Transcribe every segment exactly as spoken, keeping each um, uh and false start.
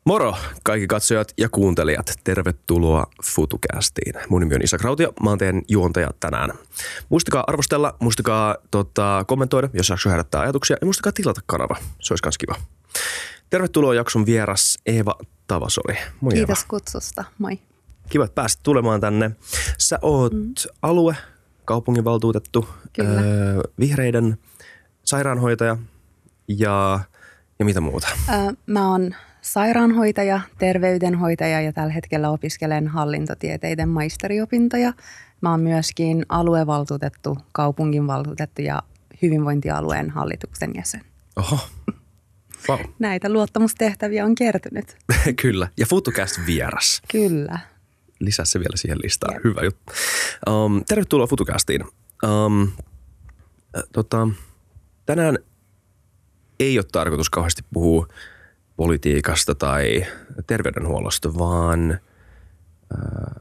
Moro kaikki katsojat ja kuuntelijat. Tervetuloa FutuCastiin. Mun nimi on Isak Rautio, mä oon teidän juontaja tänään. Muistakaa arvostella, muistakaa tota, kommentoida, jos jakso herättää ajatuksia ja muistakaa tilata kanava. Se olisi kans kiva. Tervetuloa jakson vieras Eeva Tavasoli. Moi Kiitos Eeva. kutsusta. Moi. Kiva, että pääsit tulemaan tänne. Sä oot mm. alue, kaupunginvaltuutettu, öö, vihreiden sairaanhoitaja ja, ja mitä muuta? Ö, mä oon sairaanhoitaja, terveydenhoitaja ja tällä hetkellä opiskelen hallintotieteiden maisteriopintoja. Mä oon myöskin aluevaltuutettu, kaupunginvaltuutettu ja hyvinvointialueen hallituksen jäsen. Oho. Wow. Näitä luottamustehtäviä on kertynyt. Kyllä. Ja FutuCast vieras. Kyllä. Lisää se vielä siihen listaan. Jep. Hyvä juttu. Um, tervetuloa FutuCastiin. Um, tota, tänään ei ole tarkoitus kauheasti puhua politiikasta tai terveydenhuollosta, vaan äh,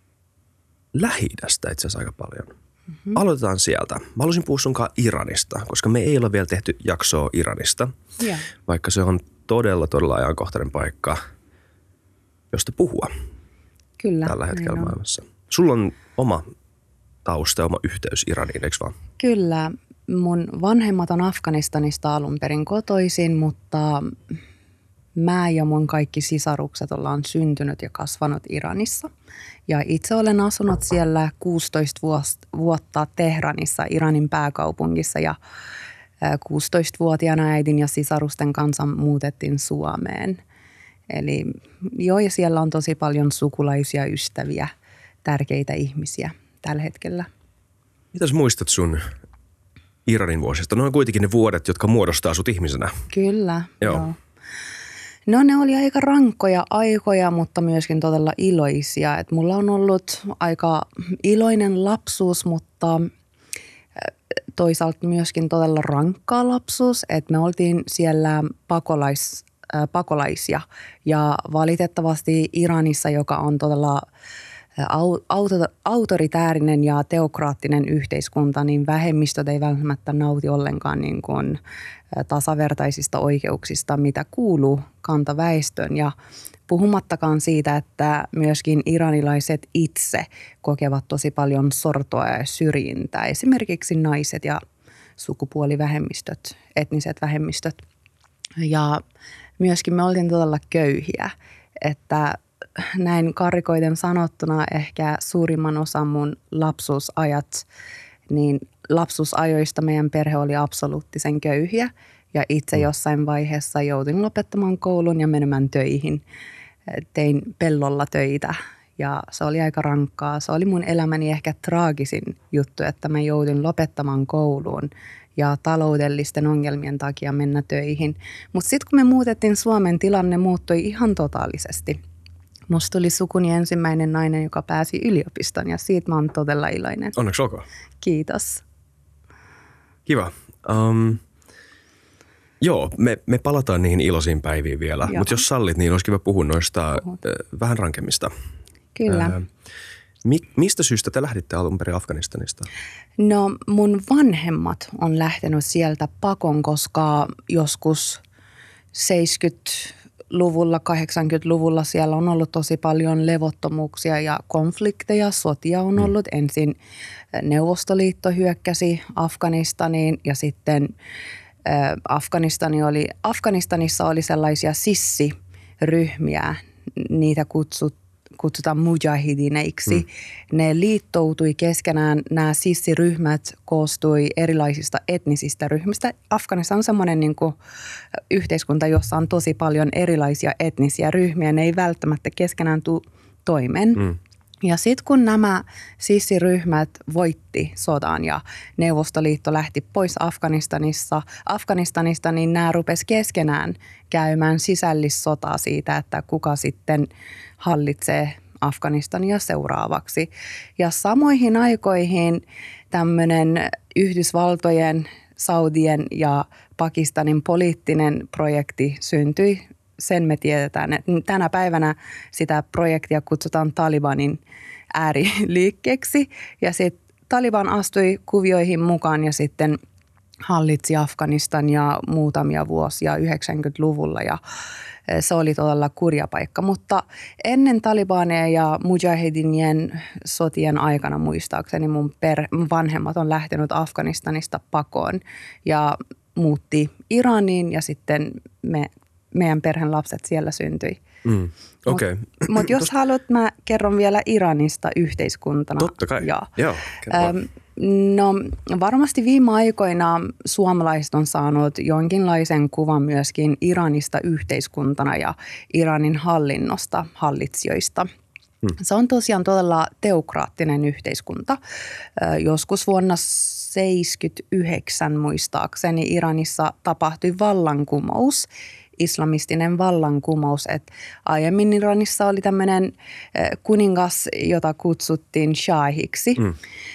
Lähi-idästä itse asiassa aika paljon. Mm-hmm. Aloitetaan sieltä. Mä haluaisin puhua sunkaan Iranista, koska me ei ole vielä tehty jaksoa Iranista, yeah. vaikka se on todella, todella ajankohtainen paikka, josta puhua Kyllä, tällä hetkellä niin maailmassa. Sulla on oma tausta ja oma yhteys Iraniin, eikö vaan? Kyllä. Mun vanhemmat on Afganistanista alun perin kotoisin, mutta mä ja mun kaikki sisarukset ollaan syntynyt ja kasvanut Iranissa. Ja itse olen asunut siellä kuusitoista vuotta Tehranissa, Iranin pääkaupungissa. Ja kuusitoistavuotiaana äidin ja sisarusten kanssa muutettiin Suomeen. Eli joo, ja siellä on tosi paljon sukulaisia, ystäviä, tärkeitä ihmisiä tällä hetkellä. Mitäs muistat sun Iranin vuosista? No on kuitenkin ne vuodet, jotka muodostaa sut ihmisenä. Kyllä, joo. joo. No ne oli aika rankkoja aikoja, mutta myöskin todella iloisia. Et mulla on ollut aika iloinen lapsuus, mutta toisaalta myöskin todella rankkaa lapsuus. Et me oltiin siellä pakolais, äh, pakolaisia ja valitettavasti Iranissa, joka on todella auto, autoritäärinen ja teokraattinen yhteiskunta, niin vähemmistöt ei välttämättä nauti ollenkaan niin kuin tasavertaisista oikeuksista, mitä kuuluu kantaväestön. Ja puhumattakaan siitä, että myöskin iranilaiset itse kokevat tosi paljon sortoa ja syrjintää. Esimerkiksi naiset ja sukupuolivähemmistöt, etniset vähemmistöt. Ja myöskin me oltiin todella köyhiä, että näin karrikoiden sanottuna ehkä suurimman osan mun lapsuusajat, niin lapsuusajoista meidän perhe oli absoluuttisen köyhiä. Ja itse jossain vaiheessa joutin lopettamaan koulun ja menemään töihin. Tein pellolla töitä ja se oli aika rankkaa. Se oli mun elämäni ehkä traagisin juttu, että mä joudun lopettamaan kouluun ja taloudellisten ongelmien takia mennä töihin. Mutta sitten kun me muutettiin Suomen, tilanne muuttui ihan totaalisesti. Musta tuli sukuni ensimmäinen nainen, joka pääsi yliopistoon ja siitä mä oon todella iloinen. Onneksi olkoon. Kiitos. Kiva. Um, joo, me, me palataan niihin iloisiin päiviin vielä, mutta jos sallit, niin olisi kiva puhua noista Puhut. vähän rankemmista. Kyllä. Ää, mi, mistä syystä te lähditte alun perin Afganistanista? No mun vanhemmat on lähtenyt sieltä pakon, koska joskus seitsemänkymmentäluvulla, kahdeksankymmentäluvulla siellä on ollut tosi paljon levottomuuksia ja konflikteja. Sotia on ollut. Ensin Neuvostoliitto hyökkäsi Afganistaniin ja sitten Afganistani oli, Afganistanissa oli sellaisia sissiryhmiä, niitä kutsut, kutsutaan mujahidineiksi. Mm. Ne liittoutui keskenään, nämä sissiryhmät koostui erilaisista etnisistä ryhmistä. Afganistan on semmoinen niin kuin yhteiskunta, jossa on tosi paljon erilaisia etnisiä ryhmiä. Ne ei välttämättä keskenään tule toimeen. Mm. Ja sitten kun nämä sissiryhmät voitti sodan ja Neuvostoliitto lähti pois Afganistanissa, Afganistanista, niin nämä rupesi keskenään käymään sisällissotaa siitä, että kuka sitten hallitsee Afganistania seuraavaksi. Ja samoihin aikoihin tämmöinen Yhdysvaltojen, Saudien ja Pakistanin poliittinen projekti syntyi. Sen me tiedetään, että tänä päivänä sitä projektia kutsutaan Talibanin ääriliikkeeksi ja sitten Taliban astui kuvioihin mukaan ja sitten hallitsi Afganistania muutamia vuosia yhdeksänkymmentäluvulla ja se oli todella kurja paikka. Mutta ennen Talibaneja ja mujahedinien sotien aikana muistaakseni mun per, vanhemmat on lähtenyt Afganistanista pakoon ja muutti Iraniin ja sitten me, meidän perheen lapset siellä syntyi. Mm, okay. Mutta mut jos haluat, mä kerron vielä Iranista yhteiskuntana. Totta kai, joo. joo ähm, no varmasti viime aikoina suomalaiset on saanut jonkinlaisen kuvan myöskin Iranista yhteiskuntana ja Iranin hallinnosta, hallitsijoista. Hmm. Se on tosiaan todella teokraattinen yhteiskunta. Joskus vuonna seitsemänkymmentäyhdeksän muistaakseni Iranissa tapahtui vallankumous, islamistinen vallankumous. Et aiemmin Iranissa oli tämmöinen kuningas, jota kutsuttiin shahiksi. Hmm.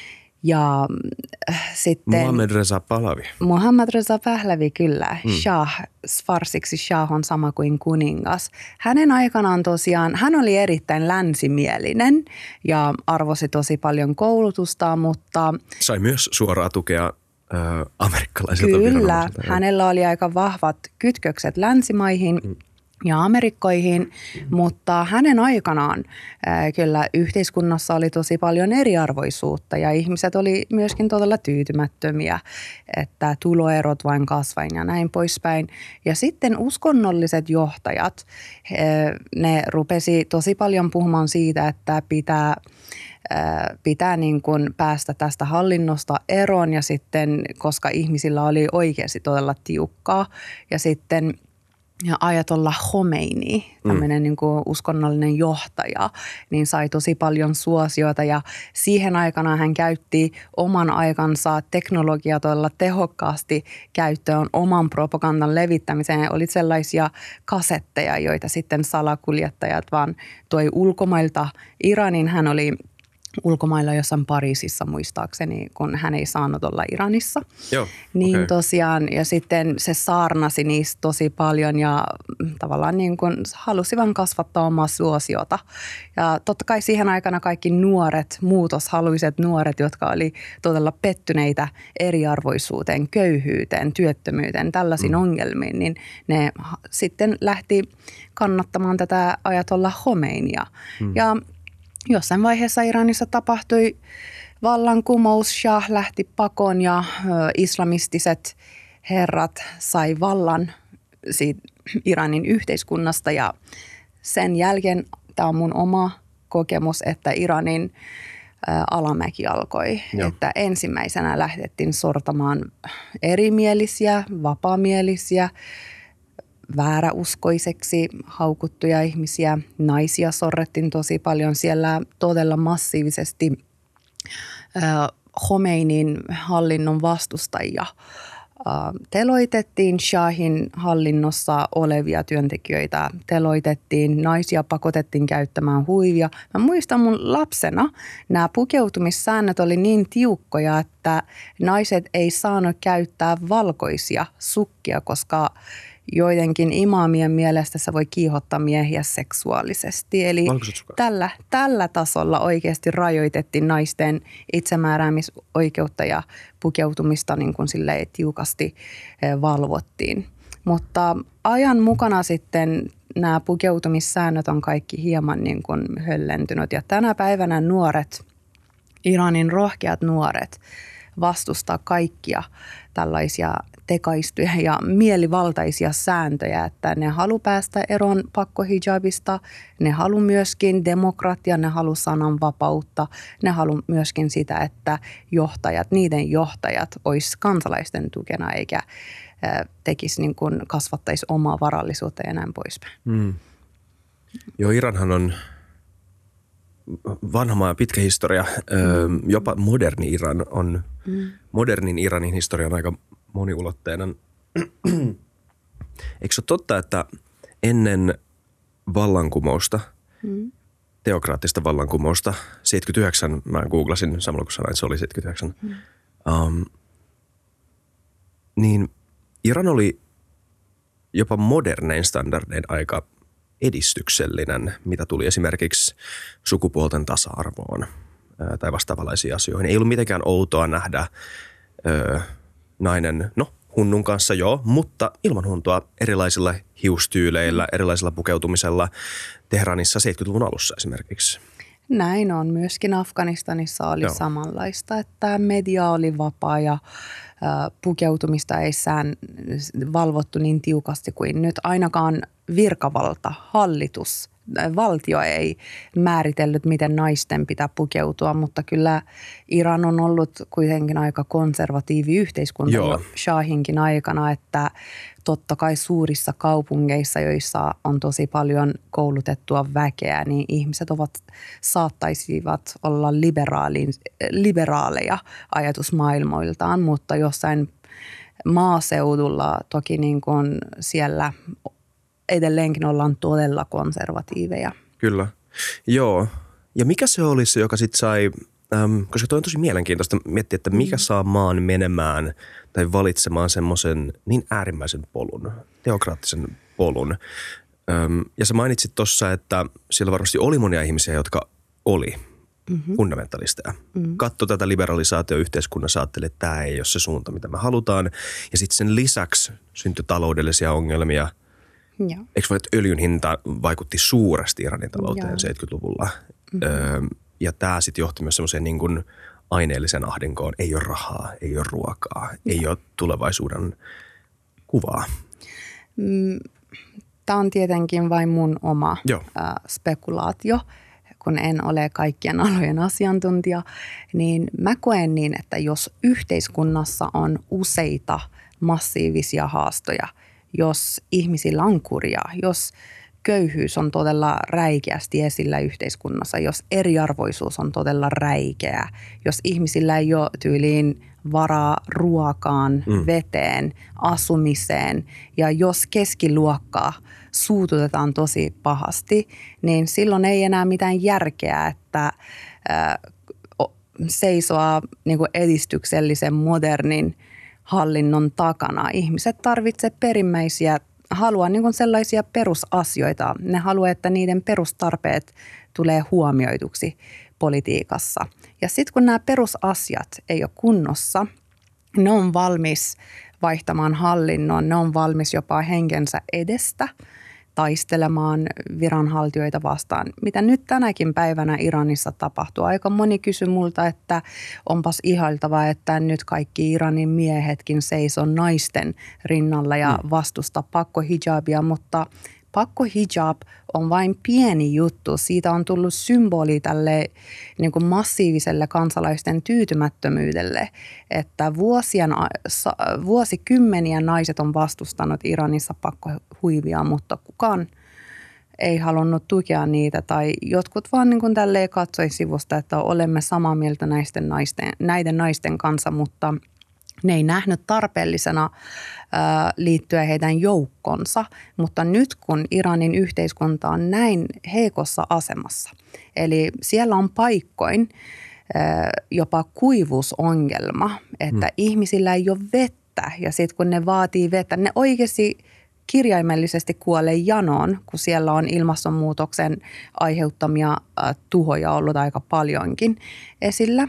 Ja sitten Mohammad Reza Pahlavi. Mohammad Reza Pahlavi, kyllä. Mm. Shah, farsiksi Shah on sama kuin kuningas. Hänen aikanaan tosiaan, hän oli erittäin länsimielinen ja arvosi tosi paljon koulutusta, mutta sai myös suoraa tukea äh, amerikkalaisilta kyllä, viranomaisilta. hänellä oli aika vahvat kytkökset länsimaihin. Mm. ja Amerikkoihin, mutta hänen aikanaan ää, kyllä yhteiskunnassa oli tosi paljon eriarvoisuutta ja ihmiset oli myöskin todella tyytymättömiä, että tuloerot vain kasvain ja näin poispäin. Ja sitten uskonnolliset johtajat, ää, ne rupesi tosi paljon puhumaan siitä, että pitää pitää niin kuin päästä tästä hallinnosta eroon ja sitten, koska ihmisillä oli oikeasti todella tiukkaa ja sitten ja Ayatollah Khomeini, tämmöinen mm. niin kuin uskonnollinen johtaja, niin sai tosi paljon suosiota ja siihen aikana hän käytti oman aikansa teknologiaa todella tehokkaasti käyttöön oman propagandan levittämiseen. Ja oli sellaisia kasetteja, joita sitten salakuljettajat vaan toi ulkomailta Iranin. Hän oli ulkomailla jossain Pariisissa muistaakseni, kun hän ei saanut olla Iranissa. Joo, niin okay. tosiaan, ja sitten se saarnasi niistä tosi paljon ja tavallaan niin kuin halusi vaan kasvattaa omaa suosiota. Ja totta kai siihen aikana kaikki nuoret, muutoshaluiset nuoret, jotka oli todella pettyneitä eriarvoisuuteen, köyhyyteen, työttömyyteen, tällaisiin mm. ongelmiin, niin ne sitten lähti kannattamaan tätä Ayatollah Khomeinia. Mm. Ja jossain vaiheessa Iranissa tapahtui vallankumous, Shah lähti pakoon ja ö, islamistiset herrat sai vallan siitä Iranin yhteiskunnasta ja sen jälkeen tämä on mun oma kokemus, että Iranin ö, alamäki alkoi. Joo. Että ensimmäisenä lähdettiin sortamaan erimielisiä, vapaamielisiä, vääräuskoiseksi haukuttuja ihmisiä, naisia sorrettiin tosi paljon siellä todella massiivisesti äh, Khomeinin hallinnon vastustajia. Äh, teloitettiin Shahin hallinnossa olevia työntekijöitä, teloitettiin, naisia pakotettiin käyttämään huivia. Mä muistan mun lapsena, nämä pukeutumissäännöt oli niin tiukkoja, että naiset ei saanut käyttää valkoisia sukkia, koska joidenkin imaamien mielestä se voi kiihottaa miehiä seksuaalisesti. Eli tällä, tällä tasolla oikeasti rajoitettiin naisten itsemääräämisoikeutta ja pukeutumista niin kuin silleen tiukasti valvottiin. Mutta ajan mukana sitten nämä pukeutumissäännöt on kaikki hieman niin kuin höllentynyt. Ja tänä päivänä nuoret, Iranin rohkeat nuoret, vastustaa kaikkia tällaisia tekaistuja ja mielivaltaisia sääntöjä, että ne haluaa päästä eroon pakkohijabista, ne haluaa myöskin demokratia, ne haluaa sananvapautta, ne haluaa myöskin sitä, että johtajat, niiden johtajat olisi kansalaisten tukena eikä tekisi niin kuin kasvattaisi omaa varallisuutta ja näin poispäin. Mm. Joo, Iranhan on vanha maa ja pitkä historia, mm. jopa moderni Iran on, mm. modernin Iranin historia on aika moniulotteinen. Eikö se ole totta, että ennen vallankumousta, mm. teokraattista vallankumousta, seitsemänkymmentäyhdeksän, mä googlasin samalla kun sanoin, että se oli seitsemänkymmentäyhdeksän, mm. um, niin Iran oli jopa modernein standardein aika edistyksellinen, mitä tuli esimerkiksi sukupuolten tasa-arvoon ää, tai vastaavanlaisiin asioihin. Ei ollut mitenkään outoa nähdä ö, nainen, no hunnun kanssa joo, mutta ilman huntua erilaisilla hiustyyleillä, erilaisilla pukeutumisella Teheranissa seitsemänkymmentäluvun alussa esimerkiksi. Näin on. Myöskin Afganistanissa oli Joo. samanlaista, että media oli vapaa ja ä, pukeutumista ei sään valvottu niin tiukasti kuin nyt. Ainakaan virkavalta, hallitus, valtio ei määritellyt, miten naisten pitää pukeutua, mutta kyllä Iran on ollut kuitenkin aika konservatiivi yhteiskunta jo Shahinkin aikana, että totta kai suurissa kaupungeissa, joissa on tosi paljon koulutettua väkeä, niin ihmiset ovat, saattaisivat olla liberaaleja ajatusmaailmoiltaan, mutta jossain maaseudulla toki niin kuin siellä edelleenkin ollaan todella konservatiiveja. Kyllä, joo. Ja mikä se oli se, joka sitten sai, äm, koska toi on tosi mielenkiintoista miettiä, että mikä mm. saa maan menemään tai valitsemaan semmoisen niin äärimmäisen polun, teokraattisen polun. Öm, ja sä mainitsit tuossa, että siellä varmasti oli monia ihmisiä, jotka oli mm-hmm. fundamentalisteja. Mm-hmm. Katso tätä liberalisaatio yhteiskunnassa, ajatteli, että tämä ei ole se suunta, mitä me halutaan. Ja sitten sen lisäksi syntyi taloudellisia ongelmia. Joo. Eikö vai, että öljyn hinta vaikutti suuresti Iranin talouteen Joo. seitsemänkymmentäluvulla? Mm-hmm. Öö, ja tämä sitten johti myös semmoiseen niin kuin aineellisen ahdinkoon. Ei ole rahaa, ei ole ruokaa, Joo. ei ole tulevaisuuden kuvaa. Mm, tämä on tietenkin vain mun oma äh, spekulaatio. Kun en ole kaikkien alojen asiantuntija, niin mä koen niin, että jos yhteiskunnassa on useita massiivisia haastoja, jos ihmisillä on kurjaa, jos köyhyys on todella räikeästi esillä yhteiskunnassa, jos eriarvoisuus on todella räikeä, jos ihmisillä ei ole tyyliin varaa ruokaan, mm. veteen, asumiseen ja jos keskiluokkaa suututetaan tosi pahasti, niin silloin ei enää mitään järkeä, että äh, seisoa niin kuin edistyksellisen modernin hallinnon takana. Ihmiset tarvitsevat perimmäisiä, haluaa niin kuin sellaisia perusasioita. Ne haluaa, että niiden perustarpeet tulee huomioituksi politiikassa. Ja sitten kun nämä perusasiat ei ole kunnossa, ne on valmis vaihtamaan hallinnon, ne on valmis jopa henkensä edestä taistelemaan viranhaltijoita vastaan. Mitä nyt tänäkin päivänä Iranissa tapahtuu? Aika moni kysyi multa, että onpas ihailtavaa, että nyt kaikki Iranin miehetkin seisoo naisten rinnalla ja vastusta pakkohijabia, mutta pakkohijab on vain pieni juttu. Siitä on tullut symboli tälle niin kuin massiiviselle kansalaisten tyytymättömyydelle, että vuosien, vuosikymmeniä naiset on vastustanut Iranissa pakkohuivia, mutta kukaan ei halunnut tukea niitä tai jotkut vaan niin kuin tälleen katsoi sivusta, että olemme samaa mieltä näisten naisten, näiden naisten kanssa, mutta ne ei nähnyt tarpeellisena ää, liittyä heidän joukkonsa, mutta nyt kun Iranin yhteiskunta on näin heikossa asemassa, eli siellä on paikkoin ää, jopa kuivuusongelma, että hmm. ihmisillä ei ole vettä ja sitten kun ne vaatii vettä, ne oikeasti kirjaimellisesti kuolee janoon, kun siellä on ilmastonmuutoksen aiheuttamia ää, tuhoja ollut aika paljonkin esillä.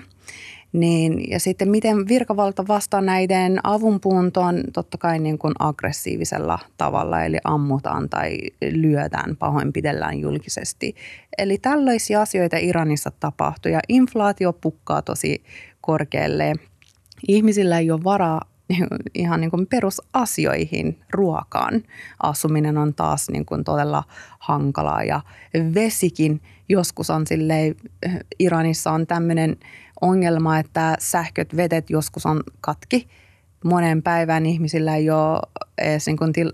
Niin, ja sitten miten virkavalta vastaa näiden avunpuuntoon totta kai niin kuin aggressiivisella tavalla, eli ammutaan tai lyödään, pahoinpidellään julkisesti. Eli tällaisia asioita Iranissa tapahtuu ja inflaatio pukkaa tosi korkealle. Ihmisillä ei ole varaa ihan niin kuin perusasioihin, ruokaan. Asuminen on taas niin kuin todella hankalaa ja vesikin joskus on silleen, Iranissa on tämmöinen ongelma, että sähköt, vedet joskus on katki. Monen päivän ihmisillä ei ole edes niin kuin til,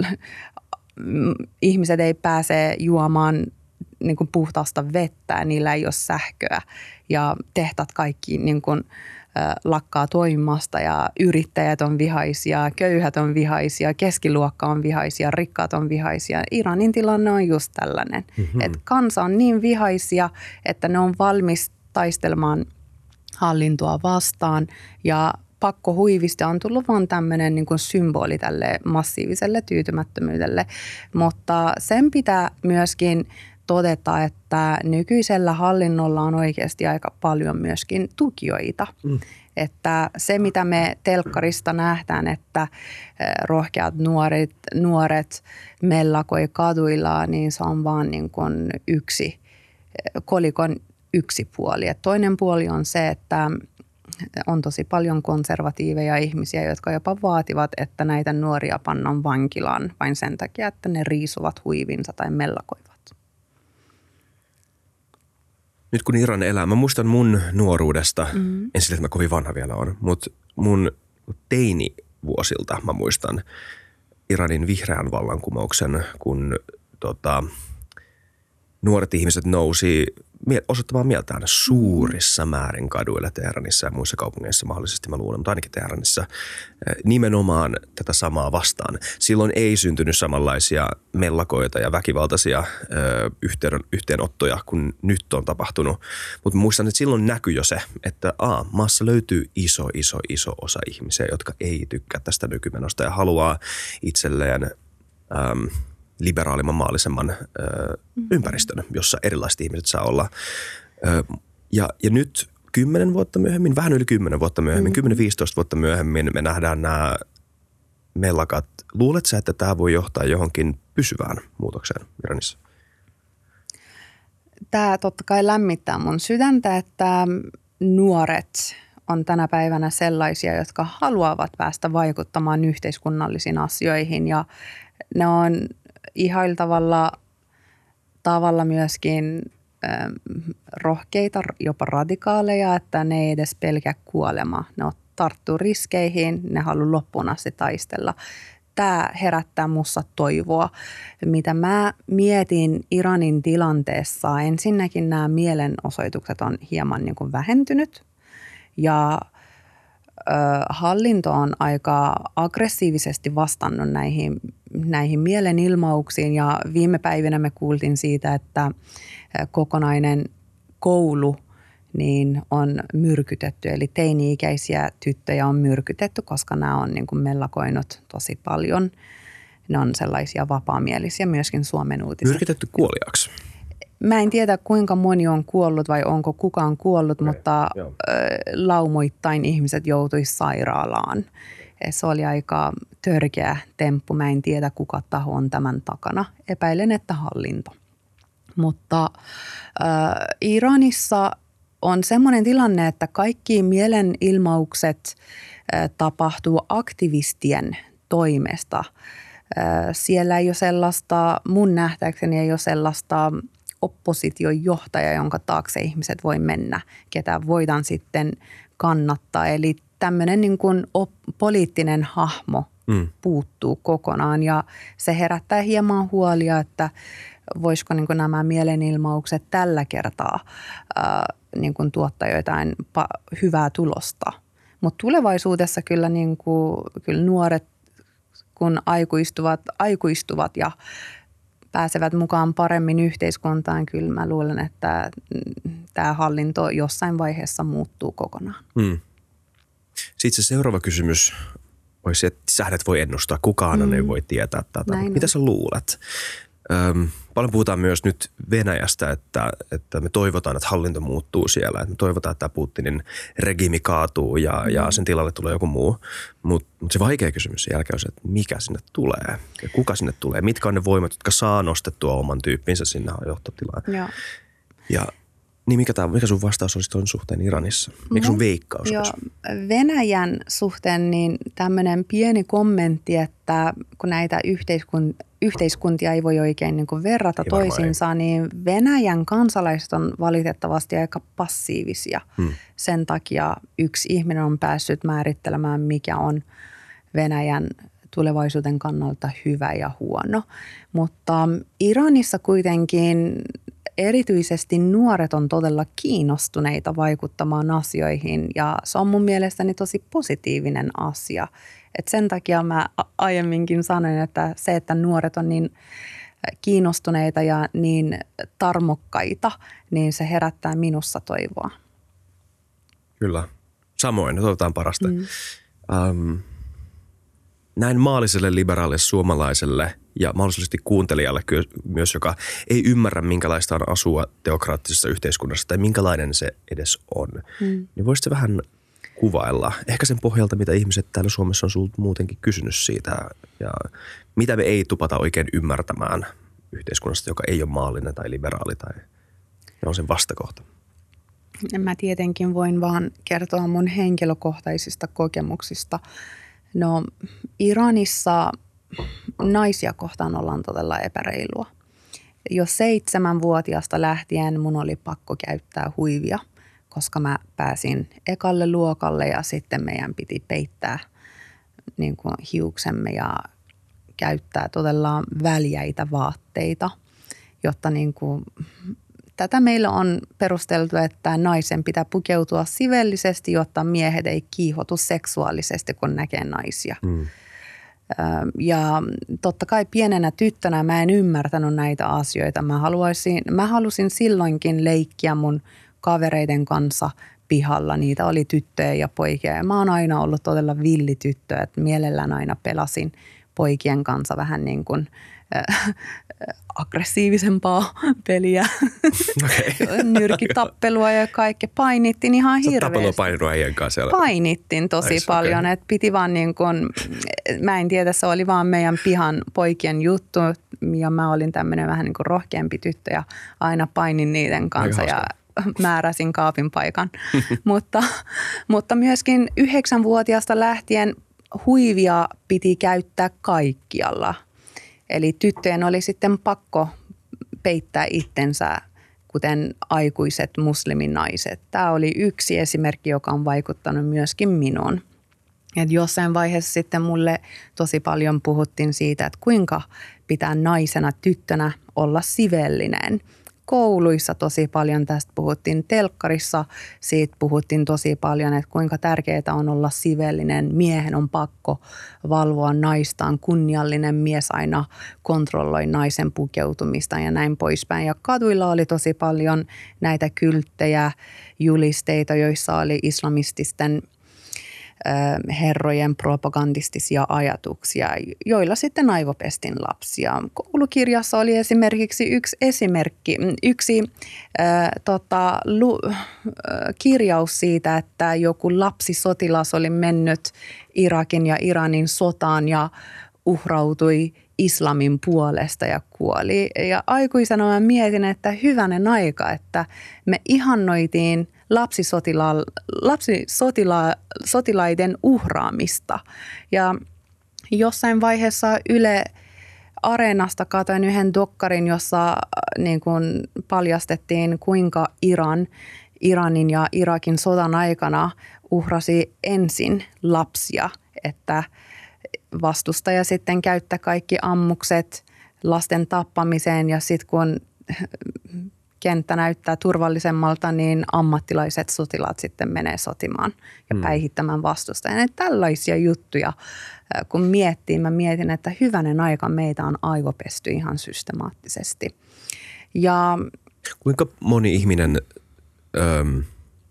ihmiset ei pääse juomaan niin kuin puhtaasta vettä, niillä ei ole sähköä ja tehtaat kaikki niin kuin lakkaa toimimasta ja yrittäjät on vihaisia, köyhät on vihaisia, keskiluokka on vihaisia, rikkaat on vihaisia. Iranin tilanne on just tällainen, mm-hmm. että kansa on niin vihaisia, että ne on valmis taistelemaan hallintoa vastaan ja pakkohuivista on tullut vaan tämmöinen niin kuin symboli tälle massiiviselle tyytymättömyydelle, mutta sen pitää myöskin todeta, että nykyisellä hallinnolla on oikeasti aika paljon myöskin tukijoita. Mm. Että se, mitä me telkkarista nähdään, että rohkeat nuoret, nuoret mellakoi kaduilla, niin se on vaan niin kuin yksi, kolikon yksi puoli. Et toinen puoli on se, että on tosi paljon konservatiiveja ihmisiä, jotka jopa vaativat, että näitä nuoria pannaan vankilaan vain sen takia, että ne riisuvat huivinsa tai mellakoivat. Nyt kun Iran elää, mä muistan mun nuoruudesta, mm-hmm. en sille, että mä kovin vanha vielä on, mutta mun teinivuosilta mä muistan Iranin vihreän vallankumouksen, kun tota, nuoret ihmiset nousi osoittamaan mieltään suurissa määrin kaduilla Teheranissa ja muissa kaupungeissa mahdollisesti, mä luulen, mutta ainakin Teheranissa, nimenomaan tätä samaa vastaan. Silloin ei syntynyt samanlaisia mellakoita ja väkivaltaisia ö, yhteen, yhteenottoja kuin nyt on tapahtunut, mutta muistan, että silloin näkyi jo se, että a, maassa löytyy iso, iso, iso osa ihmisiä, jotka ei tykkää tästä nykymenosta ja haluaa itselleen äm, liberaalimman, maallisemman ö, ympäristön, jossa erilaiset ihmiset saa olla. Ö, ja, ja nyt kymmenen vuotta myöhemmin, vähän yli kymmenen vuotta myöhemmin, kymmenen viisitoista vuotta myöhemmin me nähdään nämä mellakat. Luuletko sä, että tämä voi johtaa johonkin pysyvään muutokseen Iranissa? Tämä totta kai lämmittää mun sydäntä, että nuoret on tänä päivänä sellaisia, jotka haluavat päästä vaikuttamaan yhteiskunnallisiin asioihin ja ne on ihailtavalla tavalla myöskin äh, rohkeita, jopa radikaaleja, että ne ei edes pelkää kuolemaa. Ne tarttuu riskeihin, ne haluaa loppuun asti taistella. Tämä herättää musta toivoa. Mitä mä mietin Iranin tilanteessa, ensinnäkin nämä mielenosoitukset on hieman niin kuin vähentynyt ja hallinto on aika aggressiivisesti vastannut näihin, näihin mielenilmauksiin ja viime päivinä me kuultiin siitä, että kokonainen koulu niin on myrkytetty, eli teini-ikäisiä tyttöjä on myrkytetty, koska nämä on niin kuin mellakoinut tosi paljon. Ne on sellaisia vapaamielisiä myöskin Suomen uutiset. Myrkytetty kuoliaaksi? Mä en tiedä, kuinka moni on kuollut vai onko kukaan kuollut, okay, mutta joo. laumoittain ihmiset joutuisi sairaalaan. Se oli aika törkeä temppu. Mä en tiedä, kuka taho on tämän takana. Epäilen, että hallinto. Mutta äh, Iranissa on semmoinen tilanne, että kaikki mielenilmaukset äh, tapahtuu aktivistien toimesta. Äh, siellä ei ole sellaista, mun nähtääkseni ei ole sellaista oppositiojohtaja, jonka taakse ihmiset voi mennä, ketä voidaan sitten kannattaa. Eli tämmöinen niin kuin op- poliittinen hahmo mm. puuttuu kokonaan ja se herättää hieman huolia, että voisiko niin kuin nämä mielenilmaukset tällä kertaa ää, niin kuin tuottaa jotain pa- hyvää tulosta. Mutta tulevaisuudessa kyllä, niin kuin, kyllä nuoret, kun aikuistuvat, aikuistuvat ja pääsevät mukaan paremmin yhteiskuntaan, kyllä mä luulen, että tämä hallinto jossain vaiheessa muuttuu kokonaan. Hmm. Sitten se seuraava kysymys olisi, että sä et voi ennustaa, kukaan hmm. ei voi tietää tätä. Mitä sä luulet? Öm, paljon puhutaan myös nyt Venäjästä, että, että me toivotaan, että hallinto muuttuu siellä. Että me toivotaan, että Putinin regiimi kaatuu ja, mm. ja sen tilalle tulee joku muu. Mutta mut se vaikea kysymys sen jälkeen on se, että mikä sinne tulee ja kuka sinne tulee. Mitkä on ne voimat, jotka saa nostettua oman tyyppinsä sinne johtotilaan. Ja, ja niin mikä, tää, mikä sun vastaus olisi tuon suhteen Iranissa? Mikä sun veikkaus olisi? Venäjän suhteen niin tämmöinen pieni kommentti, että kun näitä yhteiskuntia, yhteiskuntia ei voi oikein niin kuin verrata ei toisiinsa, niin Venäjän kansalaiset on valitettavasti aika passiivisia. Hmm. Sen takia yksi ihminen on päässyt määrittelemään, mikä on Venäjän tulevaisuuden kannalta hyvä ja huono. Mutta Iranissa kuitenkin erityisesti nuoret on todella kiinnostuneita vaikuttamaan asioihin ja se on mun mielestäni tosi positiivinen asia. Et sen takia mä aiemminkin sanoin, että se, että nuoret on niin kiinnostuneita ja niin tarmokkaita, niin se herättää minussa toivoa. Kyllä. Samoin. Toivotaan parasta. Mm. Um, näin maalliselle, liberaalille, suomalaiselle ja mahdollisesti kuuntelijalle myös, joka ei ymmärrä, minkälaista on asua teokraattisessa yhteiskunnassa tai minkälainen se edes on. Mm. Niin voisitko vähän kuvailla? Ehkä sen pohjalta, mitä ihmiset täällä Suomessa on sulta muutenkin kysynyt siitä ja mitä me ei tupata oikein ymmärtämään yhteiskunnasta, joka ei ole maallinen tai liberaali tai on sen vastakohta. Mä tietenkin voin vaan kertoa mun henkilökohtaisista kokemuksista. No Iranissa naisia kohtaan ollaan todella epäreilua. Jo seitsemänvuotiaasta lähtien mun oli pakko käyttää huivia, koska mä pääsin ekalle luokalle ja sitten meidän piti peittää niin kuin hiuksemme ja käyttää todella väljäitä vaatteita, jotta niin kuin, tätä meillä on perusteltu, että naisen pitää pukeutua sivellisesti, jotta miehet ei kiihotu seksuaalisesti, kun näkee naisia. Mm. Ja totta kai pienenä tyttönä mä en ymmärtänyt näitä asioita. Mä, haluaisin, mä halusin silloinkin leikkiä mun kavereiden kanssa pihalla. Niitä oli tyttöjä ja poikia. Ja mä oon aina ollut todella villityttö, että mielellään aina pelasin poikien kanssa vähän niin kuin äh, aggressiivisempaa peliä. Okay. Nyrkitappelua ja kaikki. Painittiin ihan hirveästi. Sä tapelua painunut äijän kanssa siellä? Painittiin tosi Ais, paljon. Okay. Että piti vaan niin kuin, mä en tiedä, se oli vaan meidän pihan poikien juttu. Ja mä olin tämmöinen vähän niin kuin rohkeampi tyttö ja aina painin niiden kanssa ja määräsin kaapin paikan. mutta, mutta myöskin yhdeksänvuotiaasta lähtien huivia piti käyttää kaikkialla. Eli tyttöjen oli sitten pakko peittää itsensä, kuten aikuiset musliminaiset. Tämä oli yksi esimerkki, joka on vaikuttanut myöskin minuun. Et jossain vaiheessa sitten mulle tosi paljon puhuttiin siitä, että kuinka pitää naisena, tyttönä olla sivellinen. Kouluissa tosi paljon tästä puhuttiin, telkkarissa siitä puhuttiin tosi paljon, että kuinka tärkeää on olla sivellinen. Miehen on pakko valvoa naistaan, kunniallinen mies aina kontrolloi naisen pukeutumista ja näin poispäin. Ja kaduilla oli tosi paljon näitä kylttejä, julisteita, joissa oli islamististen herrojen propagandistisia ajatuksia, joilla sitten aivopestin lapsia. Koulukirjassa oli esimerkiksi yksi esimerkki, yksi äh, tota, lu, äh, kirjaus siitä, että joku lapsisotilas oli mennyt Irakin ja Iranin sotaan ja uhrautui islamin puolesta ja kuoli. Ja aikuisena mä mietin, että hyvänen aika, että me ihannoitiin lapsisotila, lapsisotila, sotilaiden uhraamista. Ja jossain vaiheessa Yle Areenasta katsoin yhden dokkarin, jossa niin kuin paljastettiin, kuinka Iran, Iranin ja Irakin sodan aikana uhrasi ensin lapsia, että vastustaja sitten käyttää kaikki ammukset lasten tappamiseen ja sitten kun kenttä näyttää turvallisemmalta, niin ammattilaiset sotilaat sitten menee sotimaan ja hmm. päihittämään vastustajan. Ja tällaisia juttuja, kun miettii, mä mietin, että hyvänen aika meitä on aivopesty ihan systemaattisesti. Ja kuinka moni ihminen, öm,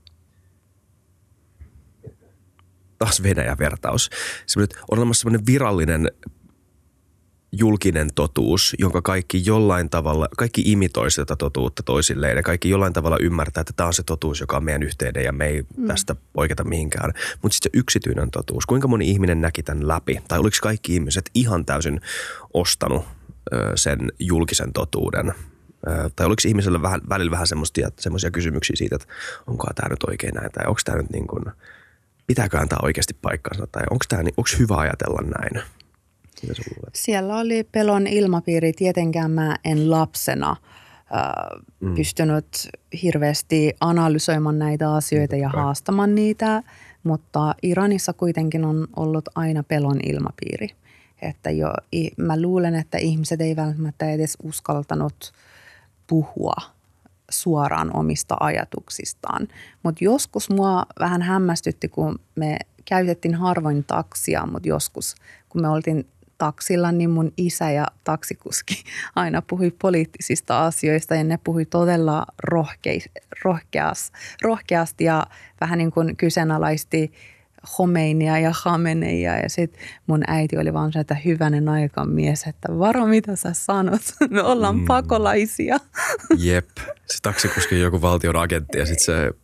taas Venäjä-vertaus, on olemassa sellainen virallinen julkinen totuus, jonka kaikki jollain tavalla, kaikki imitoi sitä totuutta toisilleen ja kaikki jollain tavalla ymmärtää, että tämä on se totuus, joka on meidän yhteinen ja me ei mm. tästä poiketa mihinkään. Mutta sitten se yksityinen totuus, kuinka moni ihminen näki tämän läpi? Tai oliko kaikki ihmiset ihan täysin ostanut ö, sen julkisen totuuden? Ö, tai oliko ihmisellä vähän, välillä vähän semmoisia kysymyksiä siitä, että onko tämä nyt oikein näin? Tai onko tämä nyt niin kuin, pitääkö tämä oikeasti paikkaansa? Tai onko tämä, onko hyvä ajatella näin? Siellä oli pelon ilmapiiri. Tietenkään mä en lapsena äh, mm. pystynyt hirveästi analysoimaan näitä asioita ja haastamaan niitä, mutta Iranissa kuitenkin on ollut aina pelon ilmapiiri. Että jo, mä luulen, että ihmiset ei välttämättä edes uskaltanut puhua suoraan omista ajatuksistaan. Mutta joskus mua vähän hämmästytti, kun me käytettiin harvoin taksia, mutta joskus kun me oltiin taksilla, niin mun isä ja taksikuski aina puhui poliittisista asioista ja ne puhui todella rohkeis, rohkeas, rohkeasti ja vähän niin kuin kyseenalaisti Khomeinia ja Khameneia ja sitten mun äiti oli vaan se, että hyvänen aika mies, että varo mitä sä sanot, me ollaan mm. pakolaisia. Jep, se taksikuski on joku valtion agentti ja sitten se